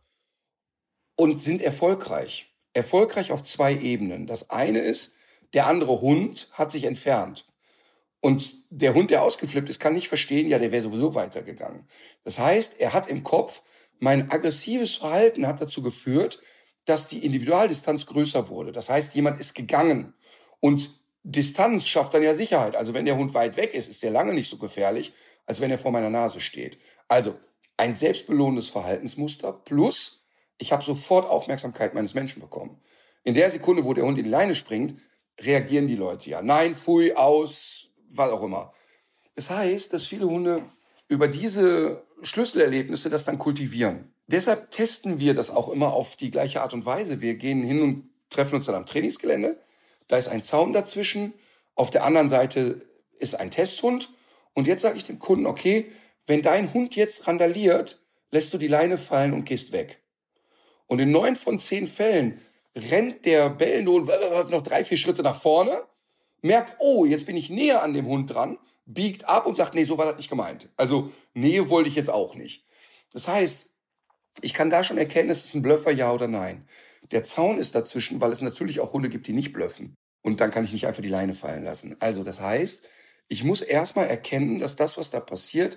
und sind erfolgreich. Erfolgreich auf zwei Ebenen. Das eine ist, der andere Hund hat sich entfernt. Und der Hund, der ausgeflippt ist, kann nicht verstehen, ja, der wäre sowieso weitergegangen. Das heißt, er hat im Kopf, mein aggressives Verhalten hat dazu geführt, dass die Individualdistanz größer wurde. Das heißt, jemand ist gegangen. Und Distanz schafft dann ja Sicherheit. Also wenn der Hund weit weg ist, ist der lange nicht so gefährlich, als wenn er vor meiner Nase steht. Also ein selbstbelohnendes Verhaltensmuster plus, ich habe sofort Aufmerksamkeit meines Menschen bekommen. In der Sekunde, wo der Hund in die Leine springt, reagieren die Leute ja. Nein, pfui, aus, was auch immer. Das heißt, dass viele Hunde über diese Schlüsselerlebnisse das dann kultivieren. Deshalb testen wir das auch immer auf die gleiche Art und Weise. Wir gehen hin und treffen uns dann am Trainingsgelände. Da ist ein Zaun dazwischen. Auf der anderen Seite ist ein Testhund. Und jetzt sage ich dem Kunden, okay, wenn dein Hund jetzt randaliert, lässt du die Leine fallen und gehst weg. Und in neun von zehn Fällen rennt der bellende Hund noch drei, vier Schritte nach vorne, merkt, oh, jetzt bin ich näher an dem Hund dran, biegt ab und sagt, nee, so war das nicht gemeint. Also Nähe wollte ich jetzt auch nicht. Das heißt, ich kann da schon erkennen, ist es ein Blöffer, ja oder nein. Der Zaun ist dazwischen, weil es natürlich auch Hunde gibt, die nicht blöffen. Und dann kann ich nicht einfach die Leine fallen lassen. Also das heißt, ich muss erstmal erkennen, dass das, was da passiert,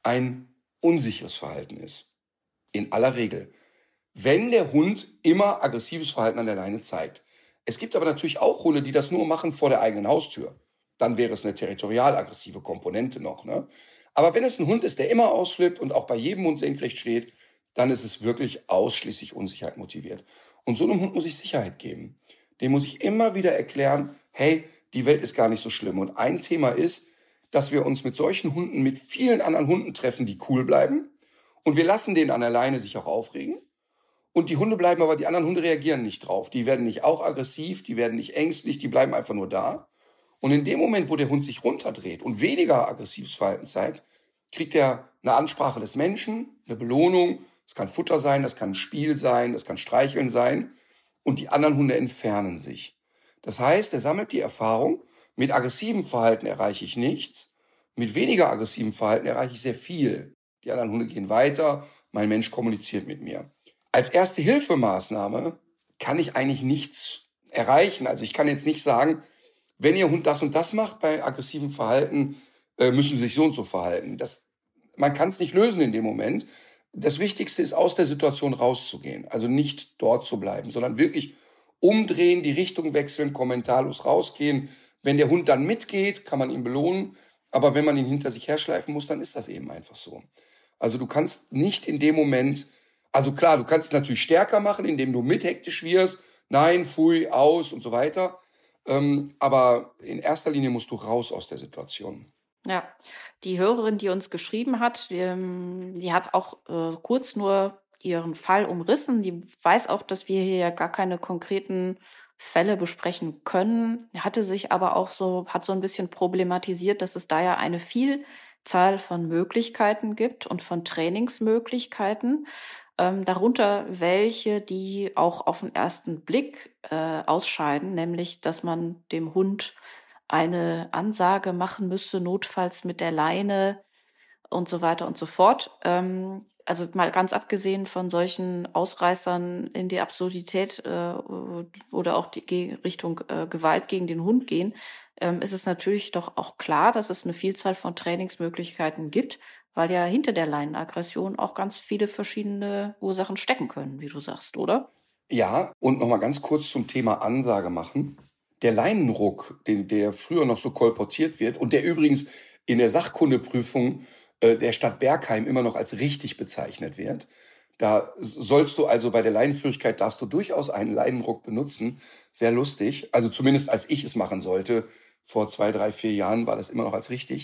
ein unsicheres Verhalten ist. In aller Regel. Wenn der Hund immer aggressives Verhalten an der Leine zeigt. Es gibt aber natürlich auch Hunde, die das nur machen vor der eigenen Haustür. Dann wäre es eine territorial-aggressive Komponente noch, ne? Aber wenn es ein Hund ist, der immer ausflippt und auch bei jedem Hund senkrecht steht, dann ist es wirklich ausschließlich Unsicherheit motiviert. Und so einem Hund muss ich Sicherheit geben. Dem muss ich immer wieder erklären, hey, die Welt ist gar nicht so schlimm. Und ein Thema ist, dass wir uns mit solchen Hunden, mit vielen anderen Hunden treffen, die cool bleiben. Und wir lassen den an der Leine sich auch aufregen. Und die Hunde bleiben aber, die anderen Hunde reagieren nicht drauf. Die werden nicht auch aggressiv, die werden nicht ängstlich, die bleiben einfach nur da. Und in dem Moment, wo der Hund sich runterdreht und weniger aggressives Verhalten zeigt, kriegt er eine Ansprache des Menschen, eine Belohnung. Das kann Futter sein, das kann ein Spiel sein, das kann Streicheln sein. Und die anderen Hunde entfernen sich. Das heißt, er sammelt die Erfahrung, mit aggressivem Verhalten erreiche ich nichts, mit weniger aggressivem Verhalten erreiche ich sehr viel. Die anderen Hunde gehen weiter, mein Mensch kommuniziert mit mir. Als Erste-Hilfe-Maßnahme kann ich eigentlich nichts erreichen. Also ich kann jetzt nicht sagen, wenn Ihr Hund das und das macht bei aggressivem Verhalten, müssen Sie sich so und so verhalten. Das, man kann es nicht lösen in dem Moment. Das Wichtigste ist, aus der Situation rauszugehen. Also nicht dort zu bleiben, sondern wirklich umdrehen, die Richtung wechseln, kommentarlos rausgehen. Wenn der Hund dann mitgeht, kann man ihn belohnen. Aber wenn man ihn hinter sich herschleifen muss, dann ist das eben einfach so. Also du kannst nicht in dem Moment, also klar, du kannst es natürlich stärker machen, indem du mit hektisch wirst. Nein, pfui, aus und so weiter. Ähm, aber in erster Linie musst du raus aus der Situation. Ja, die Hörerin, die uns geschrieben hat, die, die hat auch äh, kurz nur ihren Fall umrissen. Die weiß auch, dass wir hier ja gar keine konkreten Fälle besprechen können. Hatte sich aber auch so, hat so ein bisschen problematisiert, dass es da ja eine Vielzahl von Möglichkeiten gibt und von Trainingsmöglichkeiten. Ähm, darunter welche, die auch auf den ersten Blick äh, ausscheiden, nämlich, dass man dem Hund eine Ansage machen müsse, notfalls mit der Leine und so weiter und so fort. Ähm, also mal ganz abgesehen von solchen Ausreißern in die Absurdität äh, oder auch die Richtung äh, Gewalt gegen den Hund gehen, ähm, ist es natürlich doch auch klar, dass es eine Vielzahl von Trainingsmöglichkeiten gibt, weil ja hinter der Leinenaggression auch ganz viele verschiedene Ursachen stecken können, wie du sagst, oder? Ja, und nochmal ganz kurz zum Thema Ansage machen. Der Leinenruck, den, der früher noch so kolportiert wird und der übrigens in der Sachkundeprüfung äh, der Stadt Bergheim immer noch als richtig bezeichnet wird, da sollst du also bei der Leinenführigkeit darfst du durchaus einen Leinenruck benutzen. Sehr lustig. Also zumindest als ich es machen sollte, vor zwei, drei, vier Jahren war das immer noch als richtig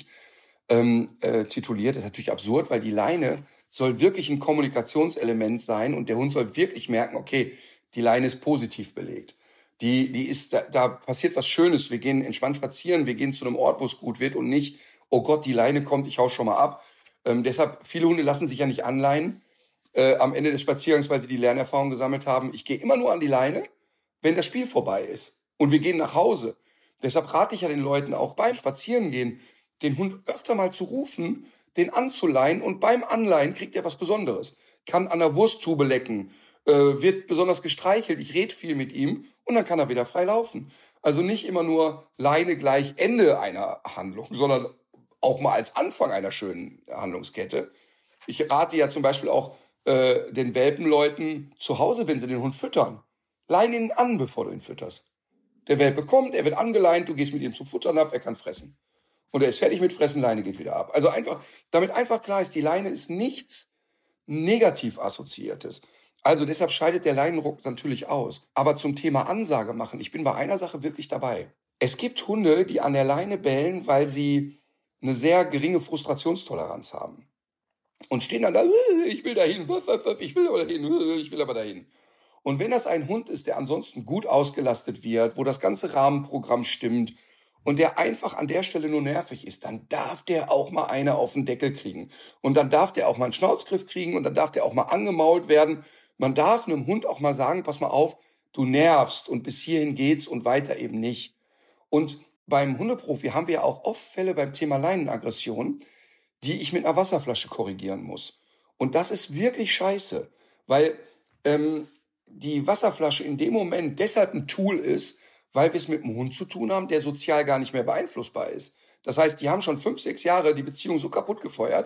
ähm, äh, tituliert. Das ist natürlich absurd, weil die Leine soll wirklich ein Kommunikationselement sein und der Hund soll wirklich merken, okay, die Leine ist positiv belegt. Die, die ist, da, da passiert was Schönes. Wir gehen entspannt spazieren, wir gehen zu einem Ort, wo es gut wird und nicht, oh Gott, die Leine kommt, ich hau schon mal ab. Ähm, deshalb, viele Hunde lassen sich ja nicht anleihen äh, am Ende des Spaziergangs, weil sie die Lernerfahrung gesammelt haben. Ich gehe immer nur an die Leine, wenn das Spiel vorbei ist. Und wir gehen nach Hause. Deshalb rate ich ja den Leuten auch beim Spazierengehen, den Hund öfter mal zu rufen, den anzuleihen und beim Anleihen kriegt er was Besonderes. Kann an der Wursttube lecken, wird besonders gestreichelt, ich rede viel mit ihm und dann kann er wieder frei laufen. Also nicht immer nur Leine gleich Ende einer Handlung, sondern auch mal als Anfang einer schönen Handlungskette. Ich rate ja zum Beispiel auch äh, den Welpenleuten zu Hause, wenn sie den Hund füttern, leine ihn an, bevor du ihn fütterst. Der Welpe kommt, er wird angeleint, du gehst mit ihm zum Futternapf, er kann fressen. Und er ist fertig mit Fressen, Leine geht wieder ab. Also einfach, damit einfach klar ist, die Leine ist nichts negativ Assoziiertes. Also deshalb scheidet der Leinenruck natürlich aus. Aber zum Thema Ansage machen, ich bin bei einer Sache wirklich dabei. Es gibt Hunde, die an der Leine bellen, weil sie eine sehr geringe Frustrationstoleranz haben. Und stehen dann da, ich will dahin, ich will aber dahin, ich will aber dahin. Und wenn das ein Hund ist, der ansonsten gut ausgelastet wird, wo das ganze Rahmenprogramm stimmt und der einfach an der Stelle nur nervig ist, dann darf der auch mal eine auf den Deckel kriegen. Und dann darf der auch mal einen Schnauzgriff kriegen und dann darf der auch mal angemault werden. Man darf einem Hund auch mal sagen, pass mal auf, du nervst und bis hierhin geht's und weiter eben nicht. Und beim Hundeprofi haben wir ja auch oft Fälle beim Thema Leinenaggression, die ich mit einer Wasserflasche korrigieren muss. Und das ist wirklich scheiße, weil ähm, die Wasserflasche in dem Moment deshalb ein Tool ist, weil wir es mit einem Hund zu tun haben, der sozial gar nicht mehr beeinflussbar ist. Das heißt, die haben schon fünf, sechs Jahre die Beziehung so kaputt gefeuert,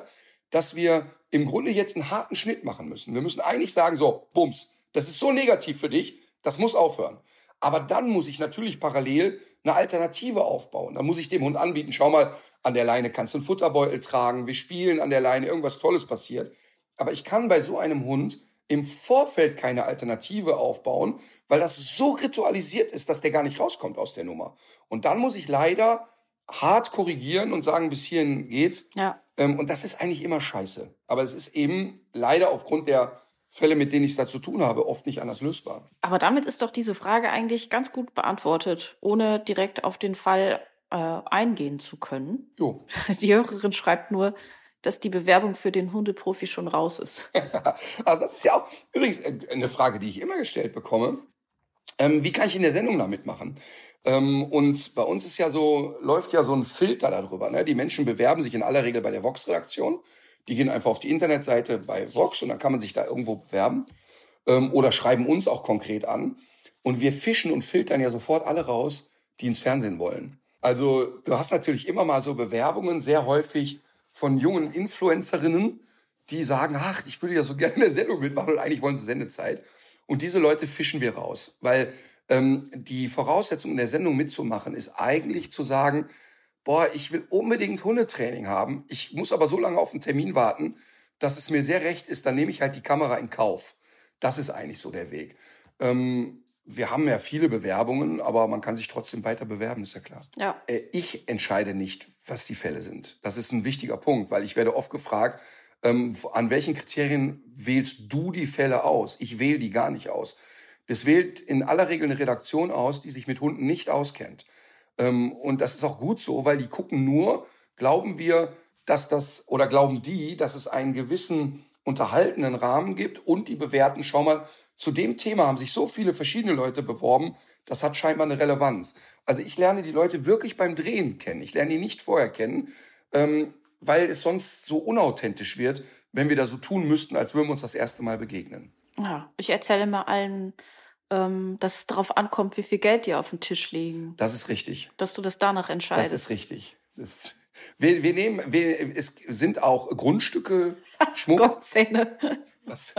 dass wir im Grunde jetzt einen harten Schnitt machen müssen. Wir müssen eigentlich sagen, so, bums, das ist so negativ für dich, das muss aufhören. Aber dann muss ich natürlich parallel eine Alternative aufbauen. Dann muss ich dem Hund anbieten, schau mal, an der Leine kannst du einen Futterbeutel tragen, wir spielen an der Leine, irgendwas Tolles passiert. Aber ich kann bei so einem Hund im Vorfeld keine Alternative aufbauen, weil das so ritualisiert ist, dass der gar nicht rauskommt aus der Nummer. Und dann muss ich leider hart korrigieren und sagen, bis hierhin geht's. Ja. Ähm, und das ist eigentlich immer scheiße. Aber es ist eben leider aufgrund der Fälle, mit denen ich es da zu tun habe, oft nicht anders lösbar. Aber damit ist doch diese Frage eigentlich ganz gut beantwortet, ohne direkt auf den Fall äh, eingehen zu können. Jo. Die Hörerin schreibt nur, dass die Bewerbung für den Hundeprofi schon raus ist. Also das ist ja auch übrigens eine Frage, die ich immer gestellt bekomme. Ähm, wie kann ich in der Sendung da mitmachen? Ähm, und bei uns ist ja so, läuft ja so ein Filter darüber. Ne? Die Menschen bewerben sich in aller Regel bei der Vox-Redaktion. Die gehen einfach auf die Internetseite bei Vox und dann kann man sich da irgendwo bewerben. Ähm, oder schreiben uns auch konkret an. Und wir fischen und filtern ja sofort alle raus, die ins Fernsehen wollen. Also du hast natürlich immer mal so Bewerbungen, sehr häufig von jungen Influencerinnen, die sagen, ach, ich würde ja so gerne in der Sendung mitmachen und eigentlich wollen sie Sendezeit. Und diese Leute fischen wir raus, weil ähm, die Voraussetzung in der Sendung mitzumachen ist eigentlich zu sagen, boah, ich will unbedingt Hundetraining haben, ich muss aber so lange auf einen Termin warten, dass es mir sehr recht ist, dann nehme ich halt die Kamera in Kauf. Das ist eigentlich so der Weg. Ähm, wir haben ja viele Bewerbungen, aber man kann sich trotzdem weiter bewerben, ist ja klar. Ja. Äh, ich entscheide nicht, was die Fälle sind. Das ist ein wichtiger Punkt, weil ich werde oft gefragt, ähm, an welchen Kriterien wählst du die Fälle aus? Ich wähle die gar nicht aus. Das wählt in aller Regel eine Redaktion aus, die sich mit Hunden nicht auskennt. Ähm, und das ist auch gut so, weil die gucken nur, glauben wir, dass das, oder glauben die, dass es einen gewissen unterhaltenen Rahmen gibt und die bewerten, schau mal, zu dem Thema haben sich so viele verschiedene Leute beworben, das hat scheinbar eine Relevanz. Also ich lerne die Leute wirklich beim Drehen kennen. Ich lerne die nicht vorher kennen, ähm, weil es sonst so unauthentisch wird, wenn wir da so tun müssten, als würden wir uns das erste Mal begegnen. Ja, ich erzähle immer allen, ähm, dass es darauf ankommt, wie viel Geld die auf dem Tisch legen. Das ist richtig. Dass du das danach entscheidest. Das ist richtig. Das ist, wir, wir nehmen, wir, es sind auch Grundstücke, Schmuck. Goldzähne. Was?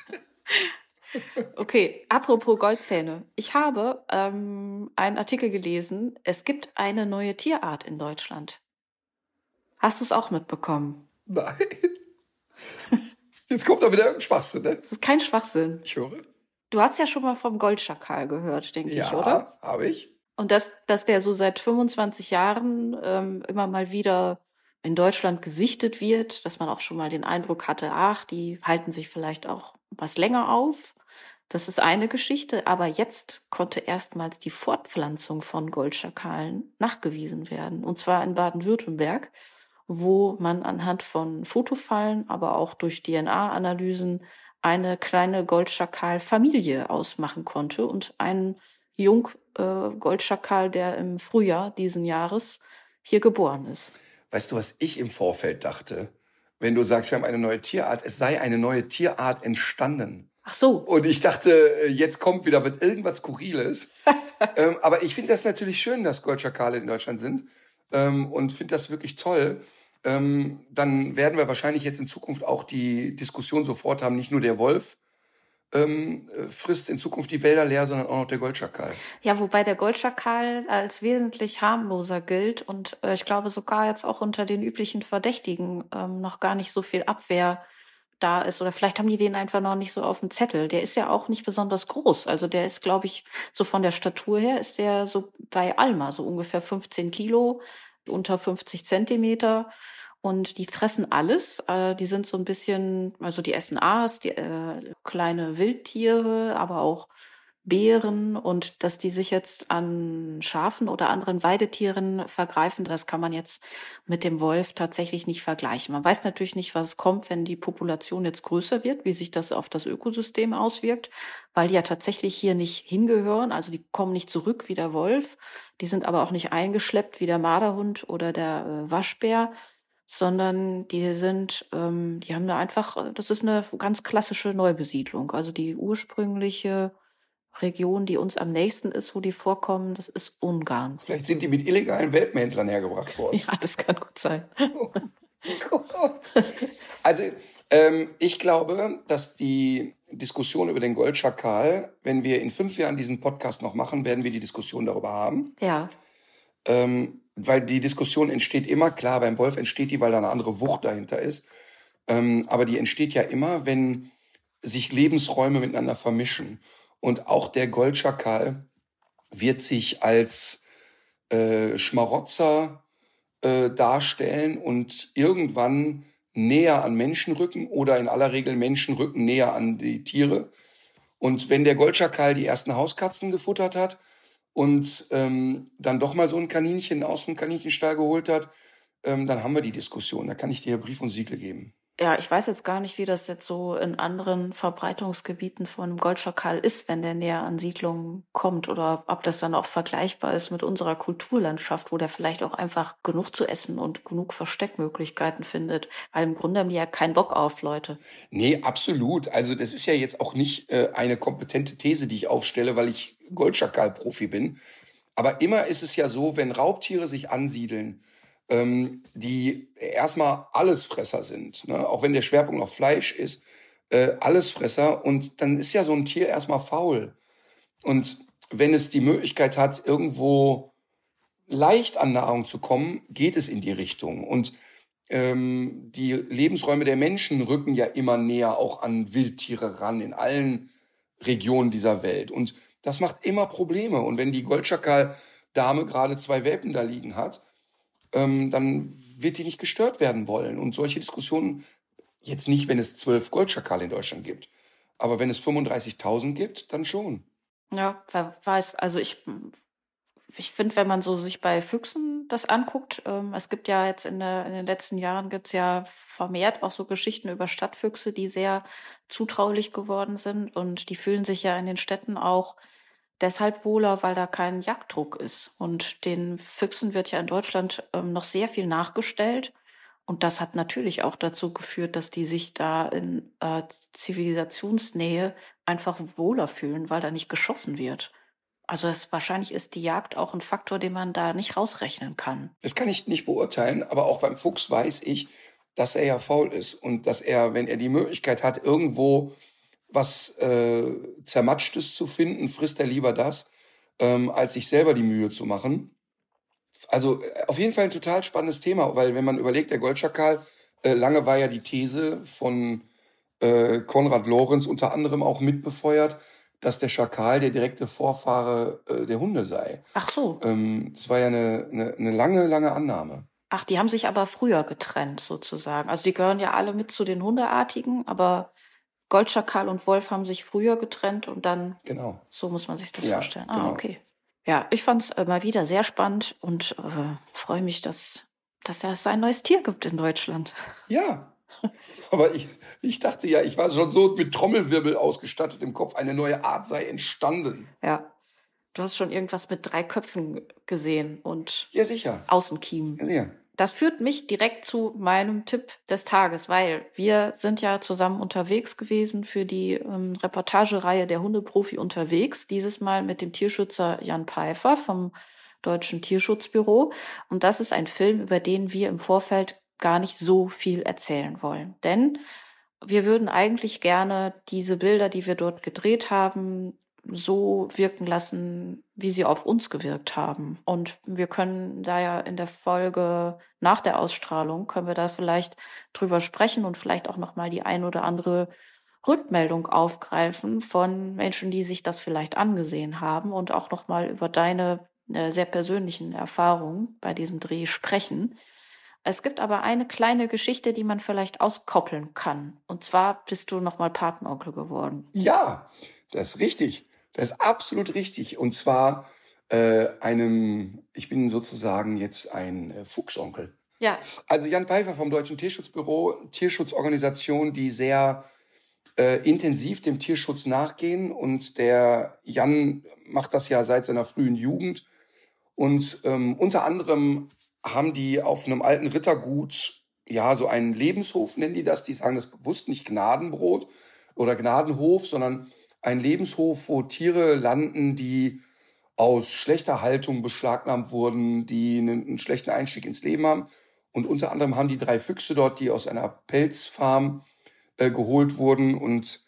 Okay, apropos Goldzähne. Ich habe ähm, einen Artikel gelesen, es gibt eine neue Tierart in Deutschland. Hast du es auch mitbekommen? Nein. Jetzt kommt da wieder irgendein Schwachsinn, ne? Das ist kein Schwachsinn. Ich höre. Du hast ja schon mal vom Goldschakal gehört, denke Ja, ich, oder? Ja, habe ich. Und dass, dass der so seit fünfundzwanzig Jahren ähm, immer mal wieder in Deutschland gesichtet wird, dass man auch schon mal den Eindruck hatte, ach, die halten sich vielleicht auch was länger auf. Das ist eine Geschichte, aber jetzt konnte erstmals die Fortpflanzung von Goldschakalen nachgewiesen werden. Und zwar in Baden-Württemberg, wo man anhand von Fotofallen, aber auch durch D N A-Analysen eine kleine Goldschakal-Familie ausmachen konnte und einen Jung-Goldschakal, der im Frühjahr diesen Jahres hier geboren ist. Weißt du, was ich im Vorfeld dachte? Wenn du sagst, wir haben eine neue Tierart, es sei eine neue Tierart entstanden. Ach so. Und ich dachte, jetzt kommt wieder mit irgendwas Skurriles. ähm, aber ich finde das natürlich schön, dass Goldschakale in Deutschland sind. Ähm, und finde das wirklich toll. Ähm, dann werden wir wahrscheinlich jetzt in Zukunft auch die Diskussion sofort haben, nicht nur der Wolf ähm, frisst in Zukunft die Wälder leer, sondern auch noch der Goldschakal. Ja, wobei der Goldschakal als wesentlich harmloser gilt und äh, ich glaube sogar jetzt auch unter den üblichen Verdächtigen ähm, noch gar nicht so viel Abwehr da ist. Oder vielleicht haben die den einfach noch nicht so auf dem Zettel. Der ist ja auch nicht besonders groß. Also der ist, glaube ich, so von der Statur her ist der so bei Alma, so ungefähr fünfzehn Kilo, unter fünfzig Zentimeter. Und die fressen alles. Äh, die sind so ein bisschen, also die essen Aas, die äh, kleine Wildtiere, aber auch Beeren. Und dass die sich jetzt an Schafen oder anderen Weidetieren vergreifen, das kann man jetzt mit dem Wolf tatsächlich nicht vergleichen. Man weiß natürlich nicht, was kommt, wenn die Population jetzt größer wird, wie sich das auf das Ökosystem auswirkt, weil die ja tatsächlich hier nicht hingehören. Also die kommen nicht zurück wie der Wolf. Die sind aber auch nicht eingeschleppt wie der Marderhund oder der äh, Waschbär, sondern die sind, ähm, die haben da einfach, das ist eine ganz klassische Neubesiedlung. Also die ursprüngliche Region, die uns am nächsten ist, wo die vorkommen, das ist Ungarn. Vielleicht sind die mit illegalen Welpenhändlern hergebracht worden. Ja, das kann gut sein. Oh Gott. Also ähm, ich glaube, dass die Diskussion über den Goldschakal, wenn wir in fünf Jahren diesen Podcast noch machen, werden wir die Diskussion darüber haben. Ja. Ähm, weil die Diskussion entsteht immer, klar, beim Wolf entsteht die, weil da eine andere Wucht dahinter ist. Ähm, aber die entsteht ja immer, wenn sich Lebensräume miteinander vermischen. Und auch der Goldschakal wird sich als äh, Schmarotzer äh, darstellen und irgendwann näher an Menschen rücken oder in aller Regel Menschen rücken näher an die Tiere. Und wenn der Goldschakal die ersten Hauskatzen gefuttert hat und ähm, dann doch mal so ein Kaninchen aus dem Kaninchenstall geholt hat, ähm, dann haben wir die Diskussion. Da kann ich dir Brief und Siegel geben. Ja, ich weiß jetzt gar nicht, wie das jetzt so in anderen Verbreitungsgebieten von Goldschakal ist, wenn der näher an Siedlungen kommt, oder ob das dann auch vergleichbar ist mit unserer Kulturlandschaft, wo der vielleicht auch einfach genug zu essen und genug Versteckmöglichkeiten findet. Weil im Grunde haben die ja keinen Bock auf Leute. Nee, absolut. Also das ist ja jetzt auch nicht äh, eine kompetente These, die ich aufstelle, weil ich Goldschakal-Profi bin. Aber immer ist es ja so, wenn Raubtiere sich ansiedeln, ähm, die erstmal Allesfresser sind, ne? Auch wenn der Schwerpunkt noch Fleisch ist, äh, Allesfresser. Und dann ist ja so ein Tier erstmal faul. Und wenn es die Möglichkeit hat, irgendwo leicht an Nahrung zu kommen, geht es in die Richtung. Und ähm, die Lebensräume der Menschen rücken ja immer näher auch an Wildtiere ran, in allen Regionen dieser Welt. Und das macht immer Probleme. Und wenn die Goldschakal-Dame gerade zwei Welpen da liegen hat, ähm, dann wird die nicht gestört werden wollen. Und solche Diskussionen, jetzt nicht, wenn es zwölf Goldschakale in Deutschland gibt, aber wenn es fünfunddreißigtausend gibt, dann schon. Ja, wer weiß. Also ich, ich finde, wenn man so sich bei Füchsen das anguckt, ähm, es gibt ja jetzt in, der, in den letzten Jahren gibt's ja vermehrt auch so Geschichten über Stadtfüchse, die sehr zutraulich geworden sind, und die fühlen sich ja in den Städten auch deshalb wohler, weil da kein Jagddruck ist. Und den Füchsen wird ja in Deutschland ähm, noch sehr viel nachgestellt. Und das hat natürlich auch dazu geführt, dass die sich da in äh, Zivilisationsnähe einfach wohler fühlen, weil da nicht geschossen wird. Also das, wahrscheinlich ist die Jagd auch ein Faktor, den man da nicht rausrechnen kann. Das kann ich nicht beurteilen, aber auch beim Fuchs weiß ich, dass er ja faul ist und dass er, wenn er die Möglichkeit hat, irgendwo was äh, Zermatschtes zu finden, frisst er lieber das, ähm, als sich selber die Mühe zu machen. Also äh, auf jeden Fall ein total spannendes Thema, weil wenn man überlegt, der Goldschakal, äh, lange war ja die These von äh, Konrad Lorenz unter anderem auch mitbefeuert, dass der Schakal der direkte Vorfahre äh, der Hunde sei. Ach so. Ähm, das war ja eine, eine, eine lange, lange Annahme. Ach, die haben sich aber früher getrennt sozusagen. Also die gehören ja alle mit zu den Hundeartigen, aber Goldschakal und Wolf haben sich früher getrennt und dann, genau. So muss man sich das ja, vorstellen. Ah, genau. okay. Ja, ich fand es äh, mal wieder sehr spannend und äh, freue mich, dass, dass es ein neues Tier gibt in Deutschland. Ja, aber ich, ich dachte ja, ich war schon so mit Trommelwirbel ausgestattet im Kopf, eine neue Art sei entstanden. Ja, du hast schon irgendwas mit drei Köpfen gesehen und ja, sicher. Außenkiemen. Ja, sicher. Das führt mich direkt zu meinem Tipp des Tages, weil wir sind ja zusammen unterwegs gewesen für die ähm, Reportagereihe Der Hundeprofi unterwegs. Dieses Mal mit dem Tierschützer Jan Peifer vom Deutschen Tierschutzbüro. Und das ist ein Film, über den wir im Vorfeld gar nicht so viel erzählen wollen. Denn wir würden eigentlich gerne diese Bilder, die wir dort gedreht haben, so wirken lassen, wie sie auf uns gewirkt haben. Und wir können da ja in der Folge nach der Ausstrahlung, können wir da vielleicht drüber sprechen und vielleicht auch nochmal die ein oder andere Rückmeldung aufgreifen von Menschen, die sich das vielleicht angesehen haben, und auch nochmal über deine äh, sehr persönlichen Erfahrungen bei diesem Dreh sprechen. Es gibt aber eine kleine Geschichte, die man vielleicht auskoppeln kann. Und zwar bist du nochmal Patenonkel geworden. Ja, das ist richtig. Das ist absolut richtig. Und zwar äh, einem, ich bin sozusagen jetzt ein äh, Fuchsonkel. Ja. Also Jan Peifer vom Deutschen Tierschutzbüro, Tierschutzorganisation, die sehr äh, intensiv dem Tierschutz nachgehen. Und der Jan macht das ja seit seiner frühen Jugend. Und ähm, unter anderem haben die auf einem alten Rittergut, ja, so einen Lebenshof nennen die das. Die sagen das bewusst nicht Gnadenbrot oder Gnadenhof, sondern ein Lebenshof, wo Tiere landen, die aus schlechter Haltung beschlagnahmt wurden, die einen, einen schlechten Einstieg ins Leben haben. Und unter anderem haben die drei Füchse dort, die aus einer Pelzfarm äh, geholt wurden. Und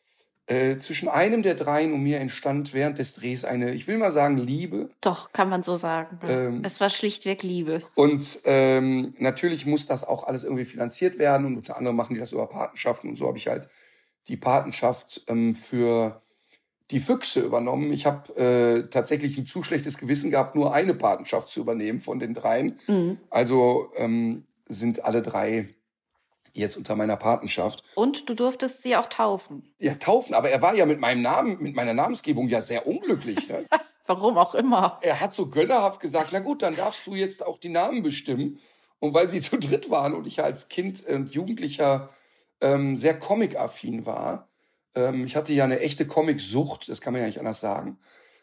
äh, zwischen einem der dreien und mir entstand während des Drehs eine, ich will mal sagen, Liebe. Doch, kann man so sagen. Ähm, es war schlichtweg Liebe. Und ähm, natürlich muss das auch alles irgendwie finanziert werden. Und unter anderem machen die das über Patenschaften. Und so habe ich halt die Patenschaft ähm, für die Füchse übernommen. Ich habe äh, tatsächlich ein zu schlechtes Gewissen gehabt, nur eine Patenschaft zu übernehmen von den dreien. Mhm. Also ähm, sind alle drei jetzt unter meiner Patenschaft. Und du durftest sie auch taufen. Ja, taufen, aber er war ja mit meinem Namen, mit meiner Namensgebung ja sehr unglücklich. Ne? Warum auch immer. Er hat so gönnerhaft gesagt, na gut, dann darfst du jetzt auch die Namen bestimmen. Und weil sie zu dritt waren und ich als Kind und Jugendlicher ähm, sehr comic-affin war, ähm, ich hatte ja eine echte Comic-Sucht, das kann man ja nicht anders sagen,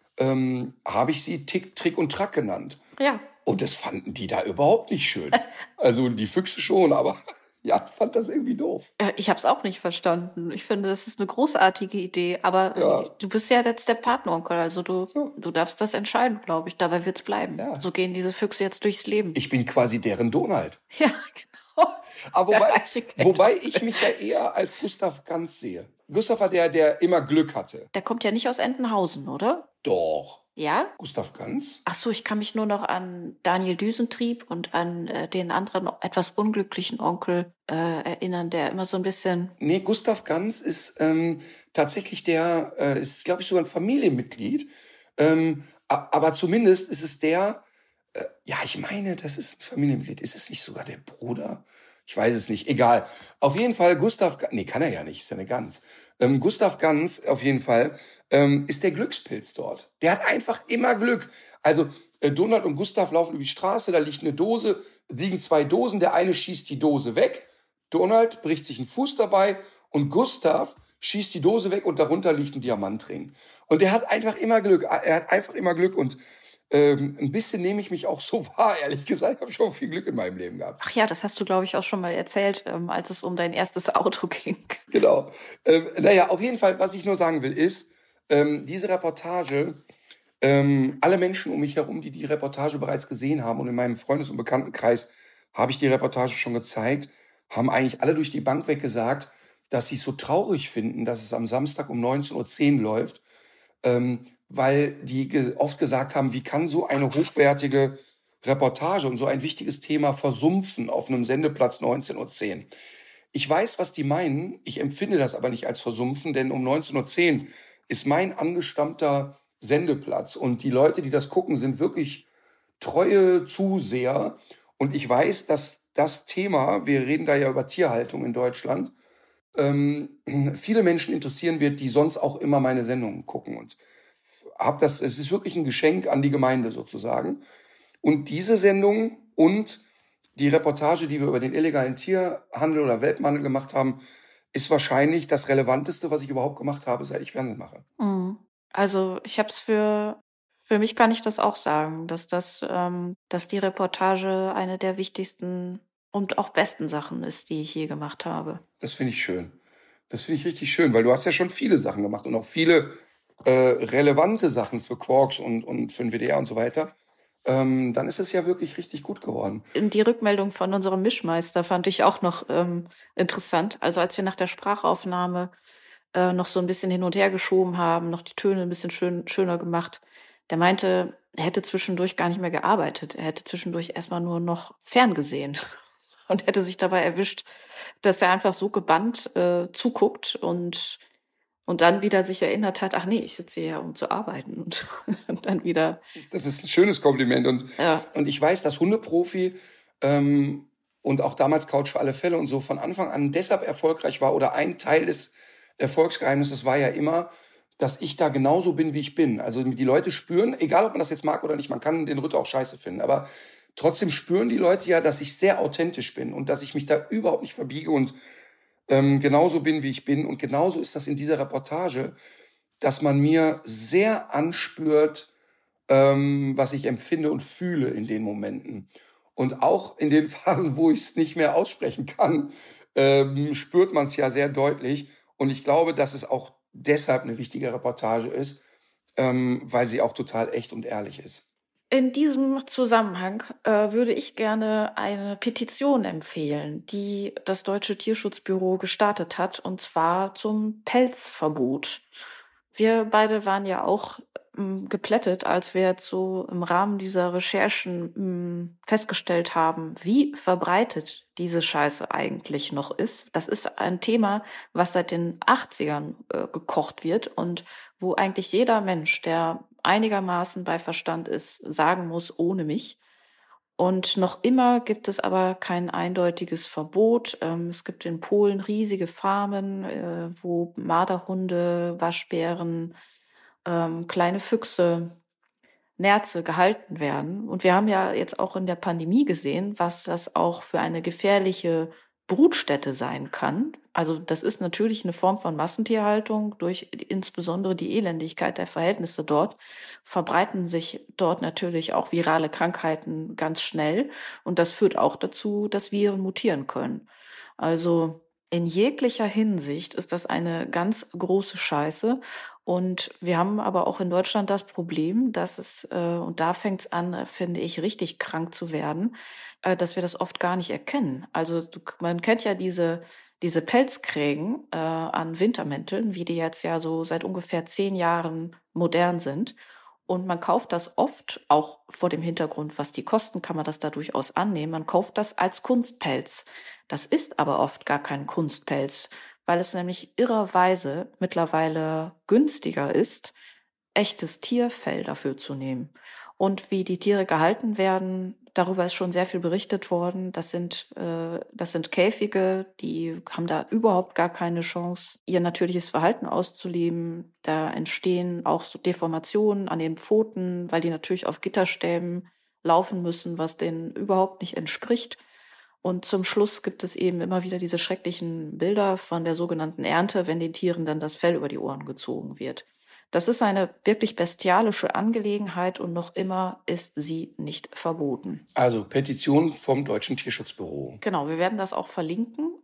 ähm, habe ich sie Tick, Trick und Track genannt. Ja. Und das fanden die da überhaupt nicht schön. Also die Füchse schon, aber Jan fand das irgendwie doof. Ich habe es auch nicht verstanden. Ich finde, das ist eine großartige Idee. Aber Ja. du bist ja jetzt der Patenonkel, also du, So. du darfst das entscheiden, glaube ich. Dabei wird's bleiben. Ja. So gehen diese Füchse jetzt durchs Leben. Ich bin quasi deren Donald. Ja, genau. Aber Der wobei, Reiseknecht. wobei ich mich ja eher als Gustav Ganz sehe. Gustav war der, der immer Glück hatte. Der kommt ja nicht aus Entenhausen, oder? Doch. Ja? Gustav Ganz? Ach so, ich kann mich nur noch an Daniel Düsentrieb und an äh, den anderen etwas unglücklichen Onkel äh, erinnern, der immer so ein bisschen... Nee, Gustav Ganz ist ähm, tatsächlich der, äh, ist, glaube ich, sogar ein Familienmitglied. Ähm, a- aber zumindest ist es der, äh, ja, ich meine, das ist ein Familienmitglied. Ist es nicht sogar der Bruder? Ich weiß es nicht. Egal. Auf jeden Fall Gustav Ganz, nee, kann er ja nicht, ist ja eine Gans. Ähm, Gustav Ganz, auf jeden Fall, ähm, ist der Glückspilz dort. Der hat einfach immer Glück. Also äh, Donald und Gustav laufen über die Straße, da liegt eine Dose, liegen zwei Dosen, der eine schießt die Dose weg, Donald bricht sich einen Fuß dabei und Gustav schießt die Dose weg und darunter liegt ein Diamantring. Und der hat einfach immer Glück. Er hat einfach immer Glück und ähm, ein bisschen nehme ich mich auch so wahr, ehrlich gesagt. Ich habe schon viel Glück in meinem Leben gehabt. Ach ja, das hast du, glaube ich, auch schon mal erzählt, ähm, als es um dein erstes Auto ging. Genau. Ähm, naja, auf jeden Fall, was ich nur sagen will, ist, ähm, diese Reportage, ähm, alle Menschen um mich herum, die die Reportage bereits gesehen haben und in meinem Freundes- und Bekanntenkreis habe ich die Reportage schon gezeigt, haben eigentlich alle durch die Bank weg gesagt, dass sie es so traurig finden, dass es am Samstag um neunzehn Uhr zehn läuft, ähm, weil die ge- oft gesagt haben, wie kann so eine hochwertige Reportage und so ein wichtiges Thema versumpfen auf einem Sendeplatz neunzehn Uhr zehn. Ich weiß, was die meinen, ich empfinde das aber nicht als versumpfen, denn um neunzehn Uhr zehn ist mein angestammter Sendeplatz und die Leute, die das gucken, sind wirklich treue Zuseher und ich weiß, dass das Thema, wir reden da ja über Tierhaltung in Deutschland, ähm, viele Menschen interessieren wird, die sonst auch immer meine Sendungen gucken und hab das, es ist wirklich ein Geschenk an die Gemeinde sozusagen. Und diese Sendung und die Reportage, die wir über den illegalen Tierhandel oder Welpenhandel gemacht haben, ist wahrscheinlich das Relevanteste, was ich überhaupt gemacht habe, seit ich Fernsehen mache. Mhm. Also ich habe es für für mich kann ich das auch sagen, dass das ähm, dass die Reportage eine der wichtigsten und auch besten Sachen ist, die ich je gemacht habe. Das finde ich schön. Das finde ich richtig schön, weil du hast ja schon viele Sachen gemacht und auch viele äh, relevante Sachen für Quarks und, und für den W D R und so weiter. Ähm, dann ist es ja wirklich richtig gut geworden. Die Rückmeldung von unserem Mischmeister fand ich auch noch ähm, interessant. Also als wir nach der Sprachaufnahme äh, noch so ein bisschen hin und her geschoben haben, noch die Töne ein bisschen schön, schöner gemacht, der meinte, er hätte zwischendurch gar nicht mehr gearbeitet. Er hätte zwischendurch erstmal nur noch ferngesehen und hätte sich dabei erwischt, dass er einfach so gebannt äh, zuguckt und und dann wieder sich erinnert hat, ach nee, ich sitze hier, um zu arbeiten. Und, und dann wieder... Das ist ein schönes Kompliment. Und, ja. und ich weiß, dass Hundeprofi ähm, und auch damals Couch für alle Fälle und so von Anfang an deshalb erfolgreich war oder ein Teil des Erfolgsgeheimnisses war ja immer, dass ich da genauso bin, wie ich bin. Also die Leute spüren, egal ob man das jetzt mag oder nicht, man kann den Ritter auch scheiße finden, aber trotzdem spüren die Leute ja, dass ich sehr authentisch bin und dass ich mich da überhaupt nicht verbiege und ähm, genauso bin, wie ich bin. Und genauso ist das in dieser Reportage, dass man mir sehr anspürt, ähm, was ich empfinde und fühle in den Momenten. Und auch in den Phasen, wo ich es nicht mehr aussprechen kann, ähm, spürt man es ja sehr deutlich. Und ich glaube, dass es auch deshalb eine wichtige Reportage ist, ähm, weil sie auch total echt und ehrlich ist. In diesem Zusammenhang äh, würde ich gerne eine Petition empfehlen, die das Deutsche Tierschutzbüro gestartet hat, und zwar zum Pelzverbot. Wir beide waren ja auch ähm, geplättet, als wir jetzt so im Rahmen dieser Recherchen ähm, festgestellt haben, wie verbreitet diese Scheiße eigentlich noch ist. Das ist ein Thema, was seit den achtzigern äh, gekocht wird und wo eigentlich jeder Mensch, der einigermaßen bei Verstand ist, sagen muss, ohne mich. Und noch immer gibt es aber kein eindeutiges Verbot. Ähm, es gibt in Polen riesige Farmen, äh, wo Marderhunde, Waschbären, ähm, kleine Füchse, Nerze gehalten werden. Und wir haben ja jetzt auch in der Pandemie gesehen, was das auch für eine gefährliche Brutstätte sein kann. Also das ist natürlich eine Form von Massentierhaltung. Durch insbesondere die Elendigkeit der Verhältnisse dort verbreiten sich dort natürlich auch virale Krankheiten ganz schnell. Und das führt auch dazu, dass Viren mutieren können. Also in jeglicher Hinsicht ist das eine ganz große Scheiße. Und wir haben aber auch in Deutschland das Problem, dass es, äh, und da fängt es an, finde ich, richtig krank zu werden, äh, dass wir das oft gar nicht erkennen. Also du, man kennt ja diese, diese Pelzkrägen äh, an Wintermänteln, wie die jetzt ja so seit ungefähr zehn Jahren modern sind. Und man kauft das oft, auch vor dem Hintergrund, was die kosten, kann man das da durchaus annehmen. Man kauft das als Kunstpelz. Das ist aber oft gar kein Kunstpelz, weil es nämlich irrerweise mittlerweile günstiger ist, echtes Tierfell dafür zu nehmen. Und wie die Tiere gehalten werden, darüber ist schon sehr viel berichtet worden. Das sind, äh, das sind Käfige, die haben da überhaupt gar keine Chance, ihr natürliches Verhalten auszuleben. Da entstehen auch so Deformationen an den Pfoten, weil die natürlich auf Gitterstäben laufen müssen, was denen überhaupt nicht entspricht. Und zum Schluss gibt es eben immer wieder diese schrecklichen Bilder von der sogenannten Ernte, wenn den Tieren dann das Fell über die Ohren gezogen wird. Das ist eine wirklich bestialische Angelegenheit und noch immer ist sie nicht verboten. Also Petition vom Deutschen Tierschutzbüro. Genau, wir werden das auch verlinken.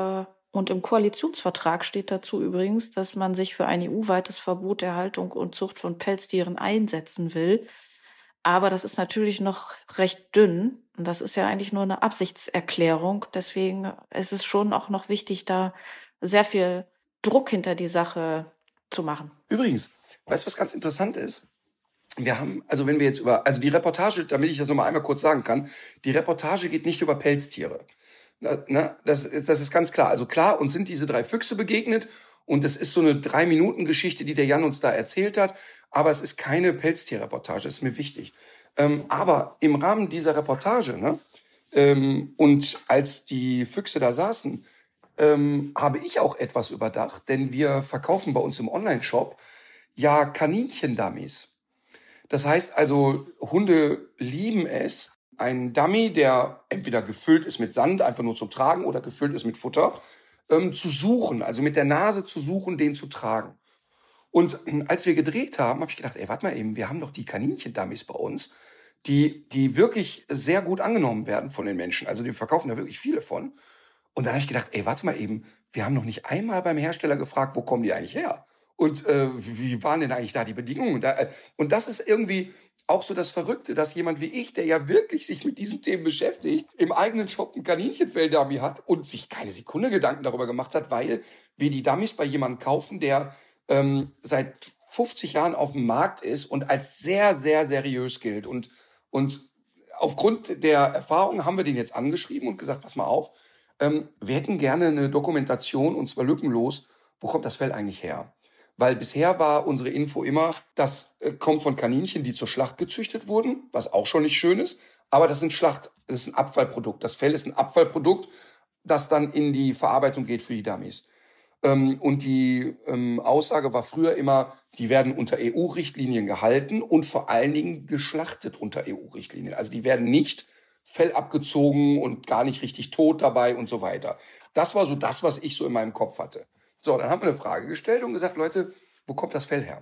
Und im Koalitionsvertrag steht dazu übrigens, dass man sich für ein E U-weites Verbot der Haltung und Zucht von Pelztieren einsetzen will. Aber das ist natürlich noch recht dünn. Und das ist ja eigentlich nur eine Absichtserklärung. Deswegen ist es schon auch noch wichtig, da sehr viel Druck hinter die Sache zu machen. Übrigens, weißt du, was ganz interessant ist? Wir haben, also wenn wir jetzt über, also die Reportage, damit ich das nochmal einmal kurz sagen kann, die Reportage geht nicht über Pelztiere. Na, na, das, das ist ganz klar. Also klar, uns sind diese drei Füchse begegnet und es ist so eine Drei-Minuten-Geschichte, die der Jan uns da erzählt hat, aber es ist keine Pelztierreportage, das ist mir wichtig. Ähm, aber im Rahmen dieser Reportage, ne, ähm, und als die Füchse da saßen, ähm, habe ich auch etwas überdacht, denn wir verkaufen bei uns im Online-Shop ja Kaninchen-Dummies. Das heißt also, Hunde lieben es, einen Dummy, der entweder gefüllt ist mit Sand, einfach nur zum Tragen, oder gefüllt ist mit Futter, ähm, zu suchen, also mit der Nase zu suchen, den zu tragen. Und als wir gedreht haben, habe ich gedacht, ey, warte mal eben, wir haben doch die Kaninchen-Dummies bei uns, die, die wirklich sehr gut angenommen werden von den Menschen. Also die verkaufen da wirklich viele von. Und dann habe ich gedacht, ey, warte mal eben, wir haben noch nicht einmal beim Hersteller gefragt, wo kommen die eigentlich her? Und äh, wie waren denn eigentlich da die Bedingungen? Da, äh, und das ist irgendwie auch so das Verrückte, dass jemand wie ich, der ja wirklich sich mit diesen Themen beschäftigt, im eigenen Shop ein Kaninchenfell-Dummy hat und sich keine Sekunde Gedanken darüber gemacht hat, weil wir die Dummies bei jemandem kaufen, der ähm, seit fünfzig Jahren auf dem Markt ist und als sehr, sehr seriös gilt. Und, und aufgrund der Erfahrung haben wir den jetzt angeschrieben und gesagt, pass mal auf, ähm, wir hätten gerne eine Dokumentation, und zwar lückenlos, wo kommt das Fell eigentlich her? Weil bisher war unsere Info immer, das äh, kommt von Kaninchen, die zur Schlacht gezüchtet wurden, was auch schon nicht schön ist, aber das sind Schlacht, das ist ein Abfallprodukt. Das Fell ist ein Abfallprodukt, das dann in die Verarbeitung geht für die Dummies. Ähm, und die ähm, Aussage war früher immer, die werden unter E U-Richtlinien gehalten und vor allen Dingen geschlachtet unter E U-Richtlinien. Also die werden nicht Fell abgezogen und gar nicht richtig tot dabei und so weiter. Das war so das, was ich so in meinem Kopf hatte. So, dann haben wir eine Frage gestellt und gesagt, Leute, wo kommt das Fell her?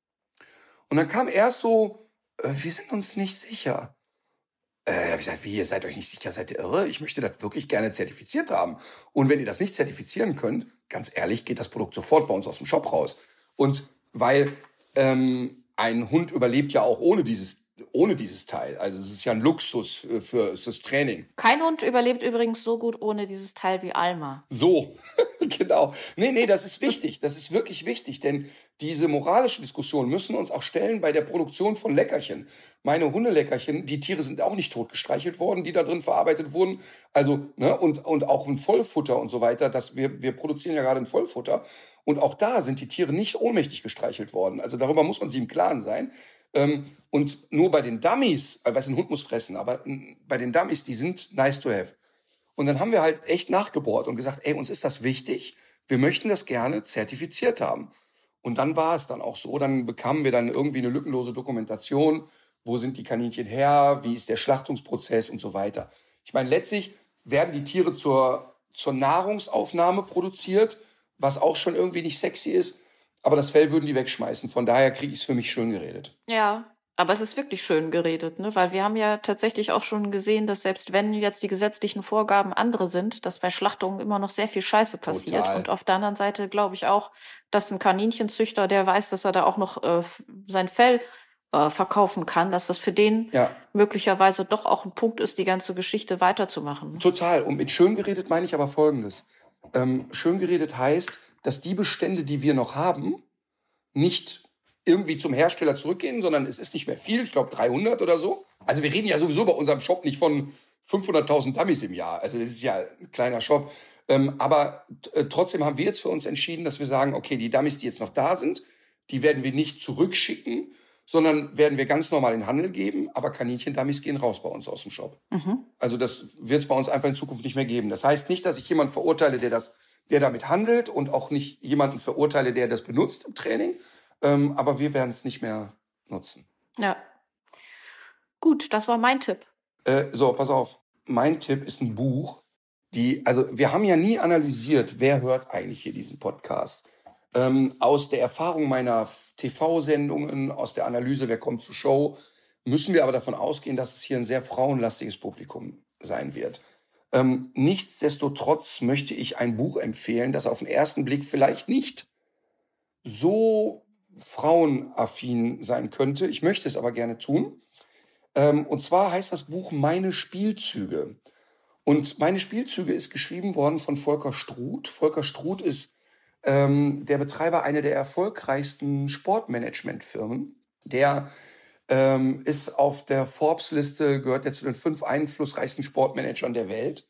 Und dann kam erst so, äh, wir sind uns nicht sicher. Äh, da habe ich gesagt, wie, ihr seid euch nicht sicher, seid ihr irre? Ich möchte das wirklich gerne zertifiziert haben. Und wenn ihr das nicht zertifizieren könnt, ganz ehrlich, geht das Produkt sofort bei uns aus dem Shop raus. Und weil ähm, ein Hund überlebt ja auch ohne dieses ohne dieses Teil. Also es ist ja ein Luxus für, für das Training. Kein Hund überlebt übrigens so gut ohne dieses Teil wie Alma. So, genau. Nee, nee, das ist wichtig. Das ist wirklich wichtig, denn diese moralische Diskussion müssen wir uns auch stellen bei der Produktion von Leckerchen. Meine Hundeleckerchen, die Tiere sind auch nicht tot gestreichelt worden, die da drin verarbeitet wurden. Also, ne, und, und auch ein Vollfutter und so weiter. Das, wir, wir produzieren ja gerade ein Vollfutter. Und auch da sind die Tiere nicht ohnmächtig gestreichelt worden. Also darüber muss man sich im Klaren sein. Ähm, und nur bei den Dummies, weil ein Hund muss fressen, aber bei den Dummies, die sind nice to have. Und dann haben wir halt echt nachgebohrt und gesagt, ey, uns ist das wichtig. Wir möchten das gerne zertifiziert haben. Und dann war es dann auch so. Dann bekamen wir dann irgendwie eine lückenlose Dokumentation. Wo sind die Kaninchen her? Wie ist der Schlachtungsprozess und so weiter? Ich meine, letztlich werden die Tiere zur, zur Nahrungsaufnahme produziert, was auch schon irgendwie nicht sexy ist. Aber das Fell würden die wegschmeißen. Von daher kriege ich es für mich schön geredet. Ja, aber es ist wirklich schön geredet, ne? Weil wir haben ja tatsächlich auch schon gesehen, dass selbst wenn jetzt die gesetzlichen Vorgaben andere sind, dass bei Schlachtungen immer noch sehr viel Scheiße passiert. Total. Und auf der anderen Seite glaube ich auch, dass ein Kaninchenzüchter, der weiß, dass er da auch noch äh, sein Fell äh, verkaufen kann, dass das für den Ja. möglicherweise doch auch ein Punkt ist, die ganze Geschichte weiterzumachen. Total. Und mit schön geredet meine ich aber Folgendes. Ähm, schön geredet heißt, dass die Bestände, die wir noch haben, nicht irgendwie zum Hersteller zurückgehen, sondern es ist nicht mehr viel, ich glaube dreihundert oder so. Also wir reden ja sowieso bei unserem Shop nicht von fünfhunderttausend Dummies im Jahr. Also das ist ja ein kleiner Shop. Ähm, aber äh, trotzdem haben wir jetzt für uns entschieden, dass wir sagen, okay, die Dummies, die jetzt noch da sind, die werden wir nicht zurückschicken, sondern werden wir ganz normal in den Handel geben. Aber Kaninchen-Dummies gehen raus bei uns aus dem Shop. Mhm. Also das wird es bei uns einfach in Zukunft nicht mehr geben. Das heißt nicht, dass ich jemanden verurteile, der das, der damit handelt und auch nicht jemanden verurteile, der das benutzt im Training. Ähm, aber wir werden es nicht mehr nutzen. Ja. Gut, das war mein Tipp. Äh, so, pass auf. Mein Tipp ist ein Buch, die, also wir haben ja nie analysiert, wer hört eigentlich hier diesen Podcast. Ähm, aus der Erfahrung meiner T V-Sendungen, aus der Analyse, wer kommt zur Show, müssen wir aber davon ausgehen, dass es hier ein sehr frauenlastiges Publikum sein wird. Ähm, nichtsdestotrotz möchte ich ein Buch empfehlen, das auf den ersten Blick vielleicht nicht so frauenaffin sein könnte. Ich möchte es aber gerne tun. Ähm, und zwar heißt das Buch Meine Spielzüge. Und Meine Spielzüge ist geschrieben worden von Volker Struth. Volker Struth ist ähm, der Betreiber einer der erfolgreichsten Sportmanagementfirmen. Der ähm, ist auf der Forbes-Liste, gehört er zu den fünf einflussreichsten Sportmanagern der Welt.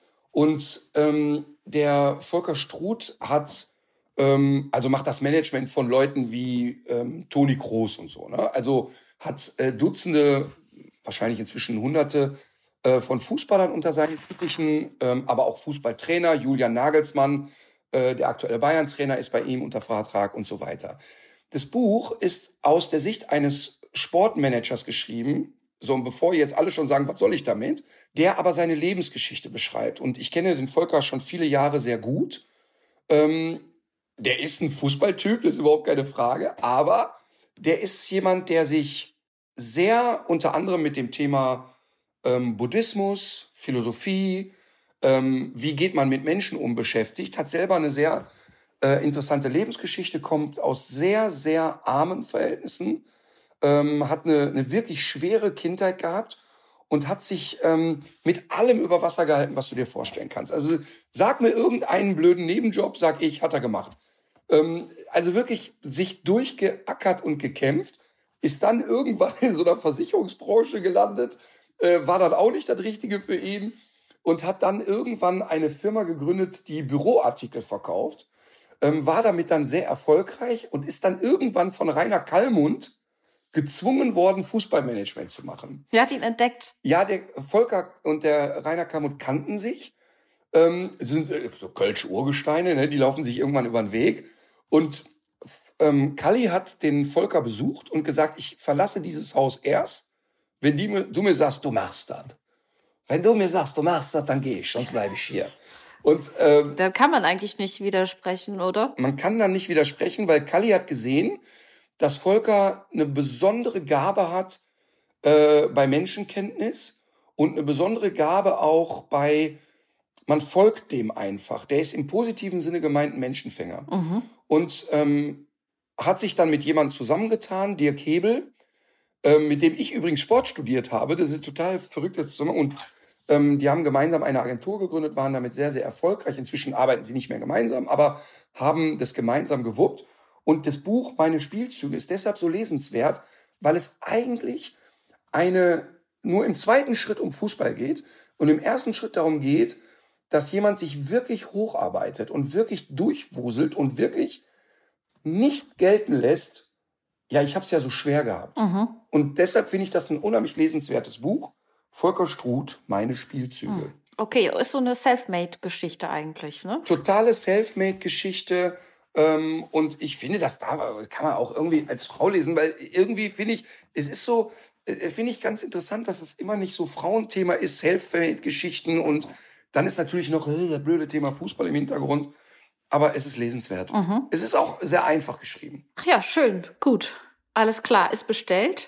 Und ähm, der Volker Struth hat ähm, also macht das Management von Leuten wie ähm, Toni Kroos und so. Ne? Also hat äh, Dutzende, wahrscheinlich inzwischen Hunderte äh, von Fußballern unter seinen Fittichen, ähm, aber auch Fußballtrainer. Julian Nagelsmann, äh, der aktuelle Bayern-Trainer, ist bei ihm unter Vertrag und so weiter. Das Buch ist aus der Sicht eines Sportmanagers geschrieben, so, und bevor jetzt alle schon sagen, was soll ich damit, der aber seine Lebensgeschichte beschreibt. Und ich kenne den Volker schon viele Jahre sehr gut. Ähm, der ist ein Fußballtyp, das ist überhaupt keine Frage, aber der ist jemand, der sich sehr unter anderem mit dem Thema ähm, Buddhismus, Philosophie, ähm, wie geht man mit Menschen um, beschäftigt, hat selber eine sehr äh, interessante Lebensgeschichte, kommt aus sehr, sehr armen Verhältnissen, ähm, hat eine, eine wirklich schwere Kindheit gehabt und hat sich ähm, mit allem über Wasser gehalten, was du dir vorstellen kannst. Also sag mir irgendeinen blöden Nebenjob, sag ich, hat er gemacht. Ähm, also wirklich sich durchgeackert und gekämpft, ist dann irgendwann in so einer Versicherungsbranche gelandet, äh, war dann auch nicht das Richtige für ihn und hat dann irgendwann eine Firma gegründet, die Büroartikel verkauft, ähm, war damit dann sehr erfolgreich und ist dann irgendwann von Rainer Kallmund gezwungen worden, Fußballmanagement zu machen. Wer hat ihn entdeckt? Ja, der Volker und der Rainer Kallmund kannten sich, ähm, sind äh, so Kölsche Urgesteine, ne, die laufen sich irgendwann über den Weg. Und ähm, Kalli hat den Volker besucht und gesagt, ich verlasse dieses Haus erst, wenn die, du mir sagst, du machst das. Wenn du mir sagst, du machst das, dann gehe ich, sonst bleibe ich hier. Und ähm, Da kann man eigentlich nicht widersprechen, oder? man kann dann nicht widersprechen, weil Kalli hat gesehen, dass Volker eine besondere Gabe hat äh, bei Menschenkenntnis und eine besondere Gabe auch bei, man folgt dem einfach. Der ist im positiven Sinne gemeint ein Menschenfänger. Mhm. Und ähm, hat sich dann mit jemandem zusammengetan, Dirk Hebel, ähm, mit dem ich übrigens Sport studiert habe. Das ist ein total verrückter Zusammenhang. Und ähm, die haben gemeinsam eine Agentur gegründet, waren damit sehr, sehr erfolgreich. Inzwischen arbeiten sie nicht mehr gemeinsam, aber haben das gemeinsam gewuppt. Und das Buch Meine Spielzüge ist deshalb so lesenswert, weil es eigentlich eine nur im zweiten Schritt um Fußball geht und im ersten Schritt darum geht, dass jemand sich wirklich hocharbeitet und wirklich durchwuselt und wirklich nicht gelten lässt, ja, ich habe es ja so schwer gehabt. Mhm. Und deshalb finde ich das ein unheimlich lesenswertes Buch. Volker Struth, Meine Spielzüge. Okay, ist so eine Selfmade-Geschichte eigentlich, ne? Totale Selfmade-Geschichte. Ähm, und ich finde, das da kann man auch irgendwie als Frau lesen, weil irgendwie finde ich, es ist so, äh, finde ich ganz interessant, dass es immer nicht so Frauenthema ist, Selfmade-Geschichten. Und dann ist natürlich noch äh, das blöde Thema Fußball im Hintergrund. Aber es ist lesenswert. Mhm. Es ist auch sehr einfach geschrieben. Ach ja, schön, gut. Alles klar, ist bestellt.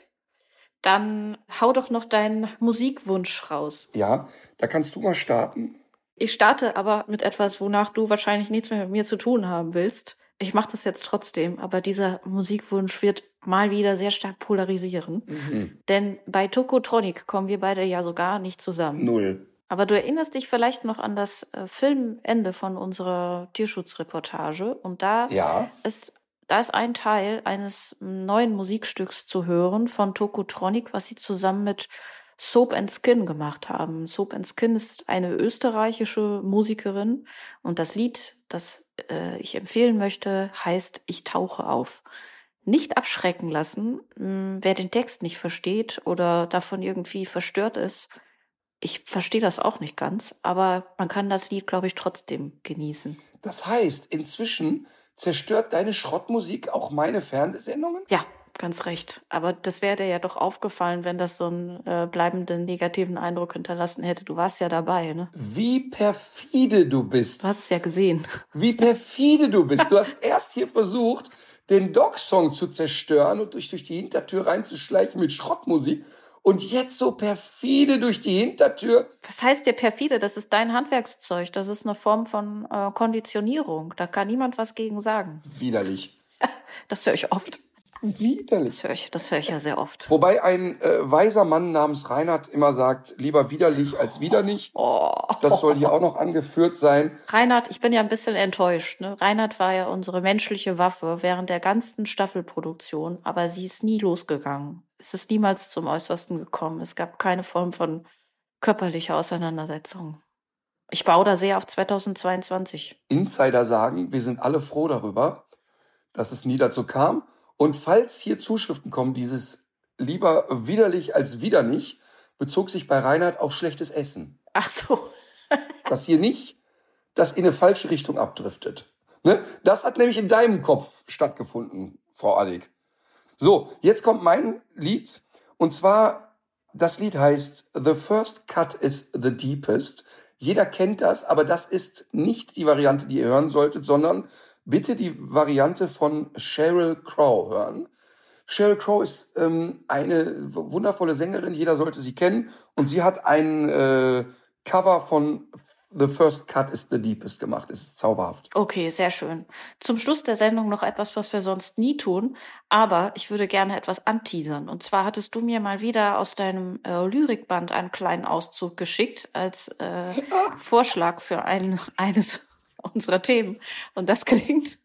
Dann hau doch noch deinen Musikwunsch raus. Ja, da kannst du mal starten. Ich starte aber mit etwas, wonach du wahrscheinlich nichts mehr mit mir zu tun haben willst. Ich mache das jetzt trotzdem, aber dieser Musikwunsch wird mal wieder sehr stark polarisieren. Mhm. Denn bei Tokotronic kommen wir beide ja so gar nicht zusammen. Null. Aber du erinnerst dich vielleicht noch an das äh, Filmende von unserer Tierschutzreportage. Und da Ja. ist, da ist ein Teil eines neuen Musikstücks zu hören von Tokotronic, was sie zusammen mit Soap and Skin gemacht haben. Soap and Skin ist eine österreichische Musikerin und das Lied, das äh, ich empfehlen möchte, heißt Ich tauche auf. Nicht abschrecken lassen, mh, wer den Text nicht versteht oder davon irgendwie verstört ist. Ich verstehe das auch nicht ganz, aber man kann das Lied, glaube ich, trotzdem genießen. Das heißt, inzwischen zerstört deine Schrottmusik auch meine Fernsehsendungen? Ja, ganz recht. Aber das wäre dir ja doch aufgefallen, wenn das so einen äh, bleibenden negativen Eindruck hinterlassen hätte. Du warst ja dabei, ne? Wie perfide du bist. Du hast es ja gesehen. Wie perfide du bist. Du hast erst hier versucht, den Dog-Song zu zerstören und durch, durch die Hintertür reinzuschleichen mit Schrottmusik. Und jetzt so perfide durch die Hintertür. Was heißt dir perfide? Das ist dein Handwerkszeug. Das ist eine Form von äh, Konditionierung. Da kann niemand was gegen sagen. Widerlich. Das höre ich oft. Widerlich. Das höre ich, das höre ich ja sehr oft. Wobei ein äh, weiser Mann namens Reinhard immer sagt, lieber widerlich als widerlich. Oh. Das soll hier auch noch angeführt sein. Reinhard, ich bin ja ein bisschen enttäuscht. Ne? Reinhard war ja unsere menschliche Waffe während der ganzen Staffelproduktion, aber sie ist nie losgegangen. Es ist niemals zum Äußersten gekommen. Es gab keine Form von körperlicher Auseinandersetzung. Ich baue da sehr auf zweitausendzweiundzwanzig. Insider sagen, wir sind alle froh darüber, dass es nie dazu kam. Und falls hier Zuschriften kommen, dieses lieber widerlich als wieder nicht, bezog sich bei Reinhard auf schlechtes Essen. Ach so. Dass hier nicht das in eine falsche Richtung abdriftet. Ne? Das hat nämlich in deinem Kopf stattgefunden, Frau Addig. So, jetzt kommt mein Lied. Und zwar, das Lied heißt The First Cut is the Deepest. Jeder kennt das, aber das ist nicht die Variante, die ihr hören solltet, sondern bitte die Variante von Sheryl Crow hören. Sheryl Crow ist ähm, eine wundervolle Sängerin, jeder sollte sie kennen. Und sie hat ein äh, Cover von The First Cut is the Deepest gemacht. Es ist zauberhaft. Okay, sehr schön. Zum Schluss der Sendung noch etwas, was wir sonst nie tun. Aber ich würde gerne etwas anteasern. Und zwar hattest du mir mal wieder aus deinem äh, Lyrikband einen kleinen Auszug geschickt als äh, Vorschlag für ein, eines unserer Themen. Und das klingt,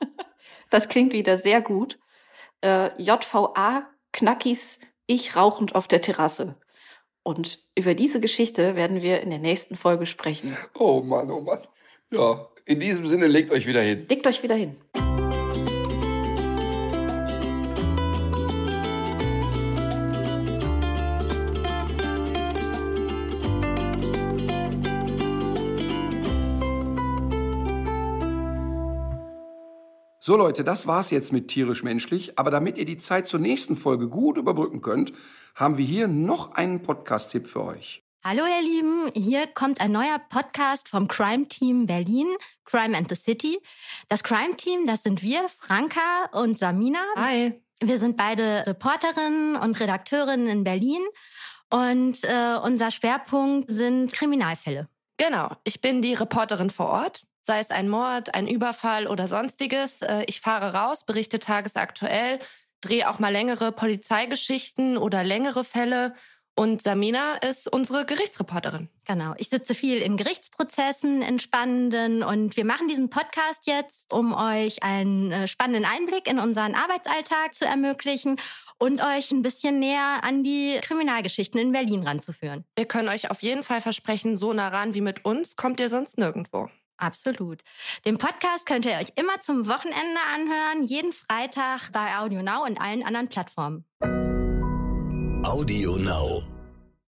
das klingt wieder sehr gut. Äh, J V A, Knackis, ich rauchend auf der Terrasse. Und über diese Geschichte werden wir in der nächsten Folge sprechen. Oh Mann, oh Mann. Ja, in diesem Sinne, legt euch wieder hin. Legt euch wieder hin. So Leute, das war's jetzt mit Tierisch-Menschlich. Aber damit ihr die Zeit zur nächsten Folge gut überbrücken könnt, haben wir hier noch einen Podcast-Tipp für euch. Hallo ihr Lieben, hier kommt ein neuer Podcast vom Crime Team Berlin, Crime and the City. Das Crime Team, das sind wir, Franka und Samina. Hi. Wir sind beide Reporterinnen und Redakteurinnen in Berlin und äh, unser Schwerpunkt sind Kriminalfälle. Genau, ich bin die Reporterin vor Ort. Sei es ein Mord, ein Überfall oder sonstiges. Ich fahre raus, berichte tagesaktuell, drehe auch mal längere Polizeigeschichten oder längere Fälle. Und Samina ist unsere Gerichtsreporterin. Genau, ich sitze viel in Gerichtsprozessen, in spannenden. Und wir machen diesen Podcast jetzt, um euch einen spannenden Einblick in unseren Arbeitsalltag zu ermöglichen und euch ein bisschen näher an die Kriminalgeschichten in Berlin ranzuführen. Wir können euch auf jeden Fall versprechen, so nah ran wie mit uns kommt ihr sonst nirgendwo. Absolut. Den Podcast könnt ihr euch immer zum Wochenende anhören, jeden Freitag bei Audio Now und allen anderen Plattformen. Audio Now.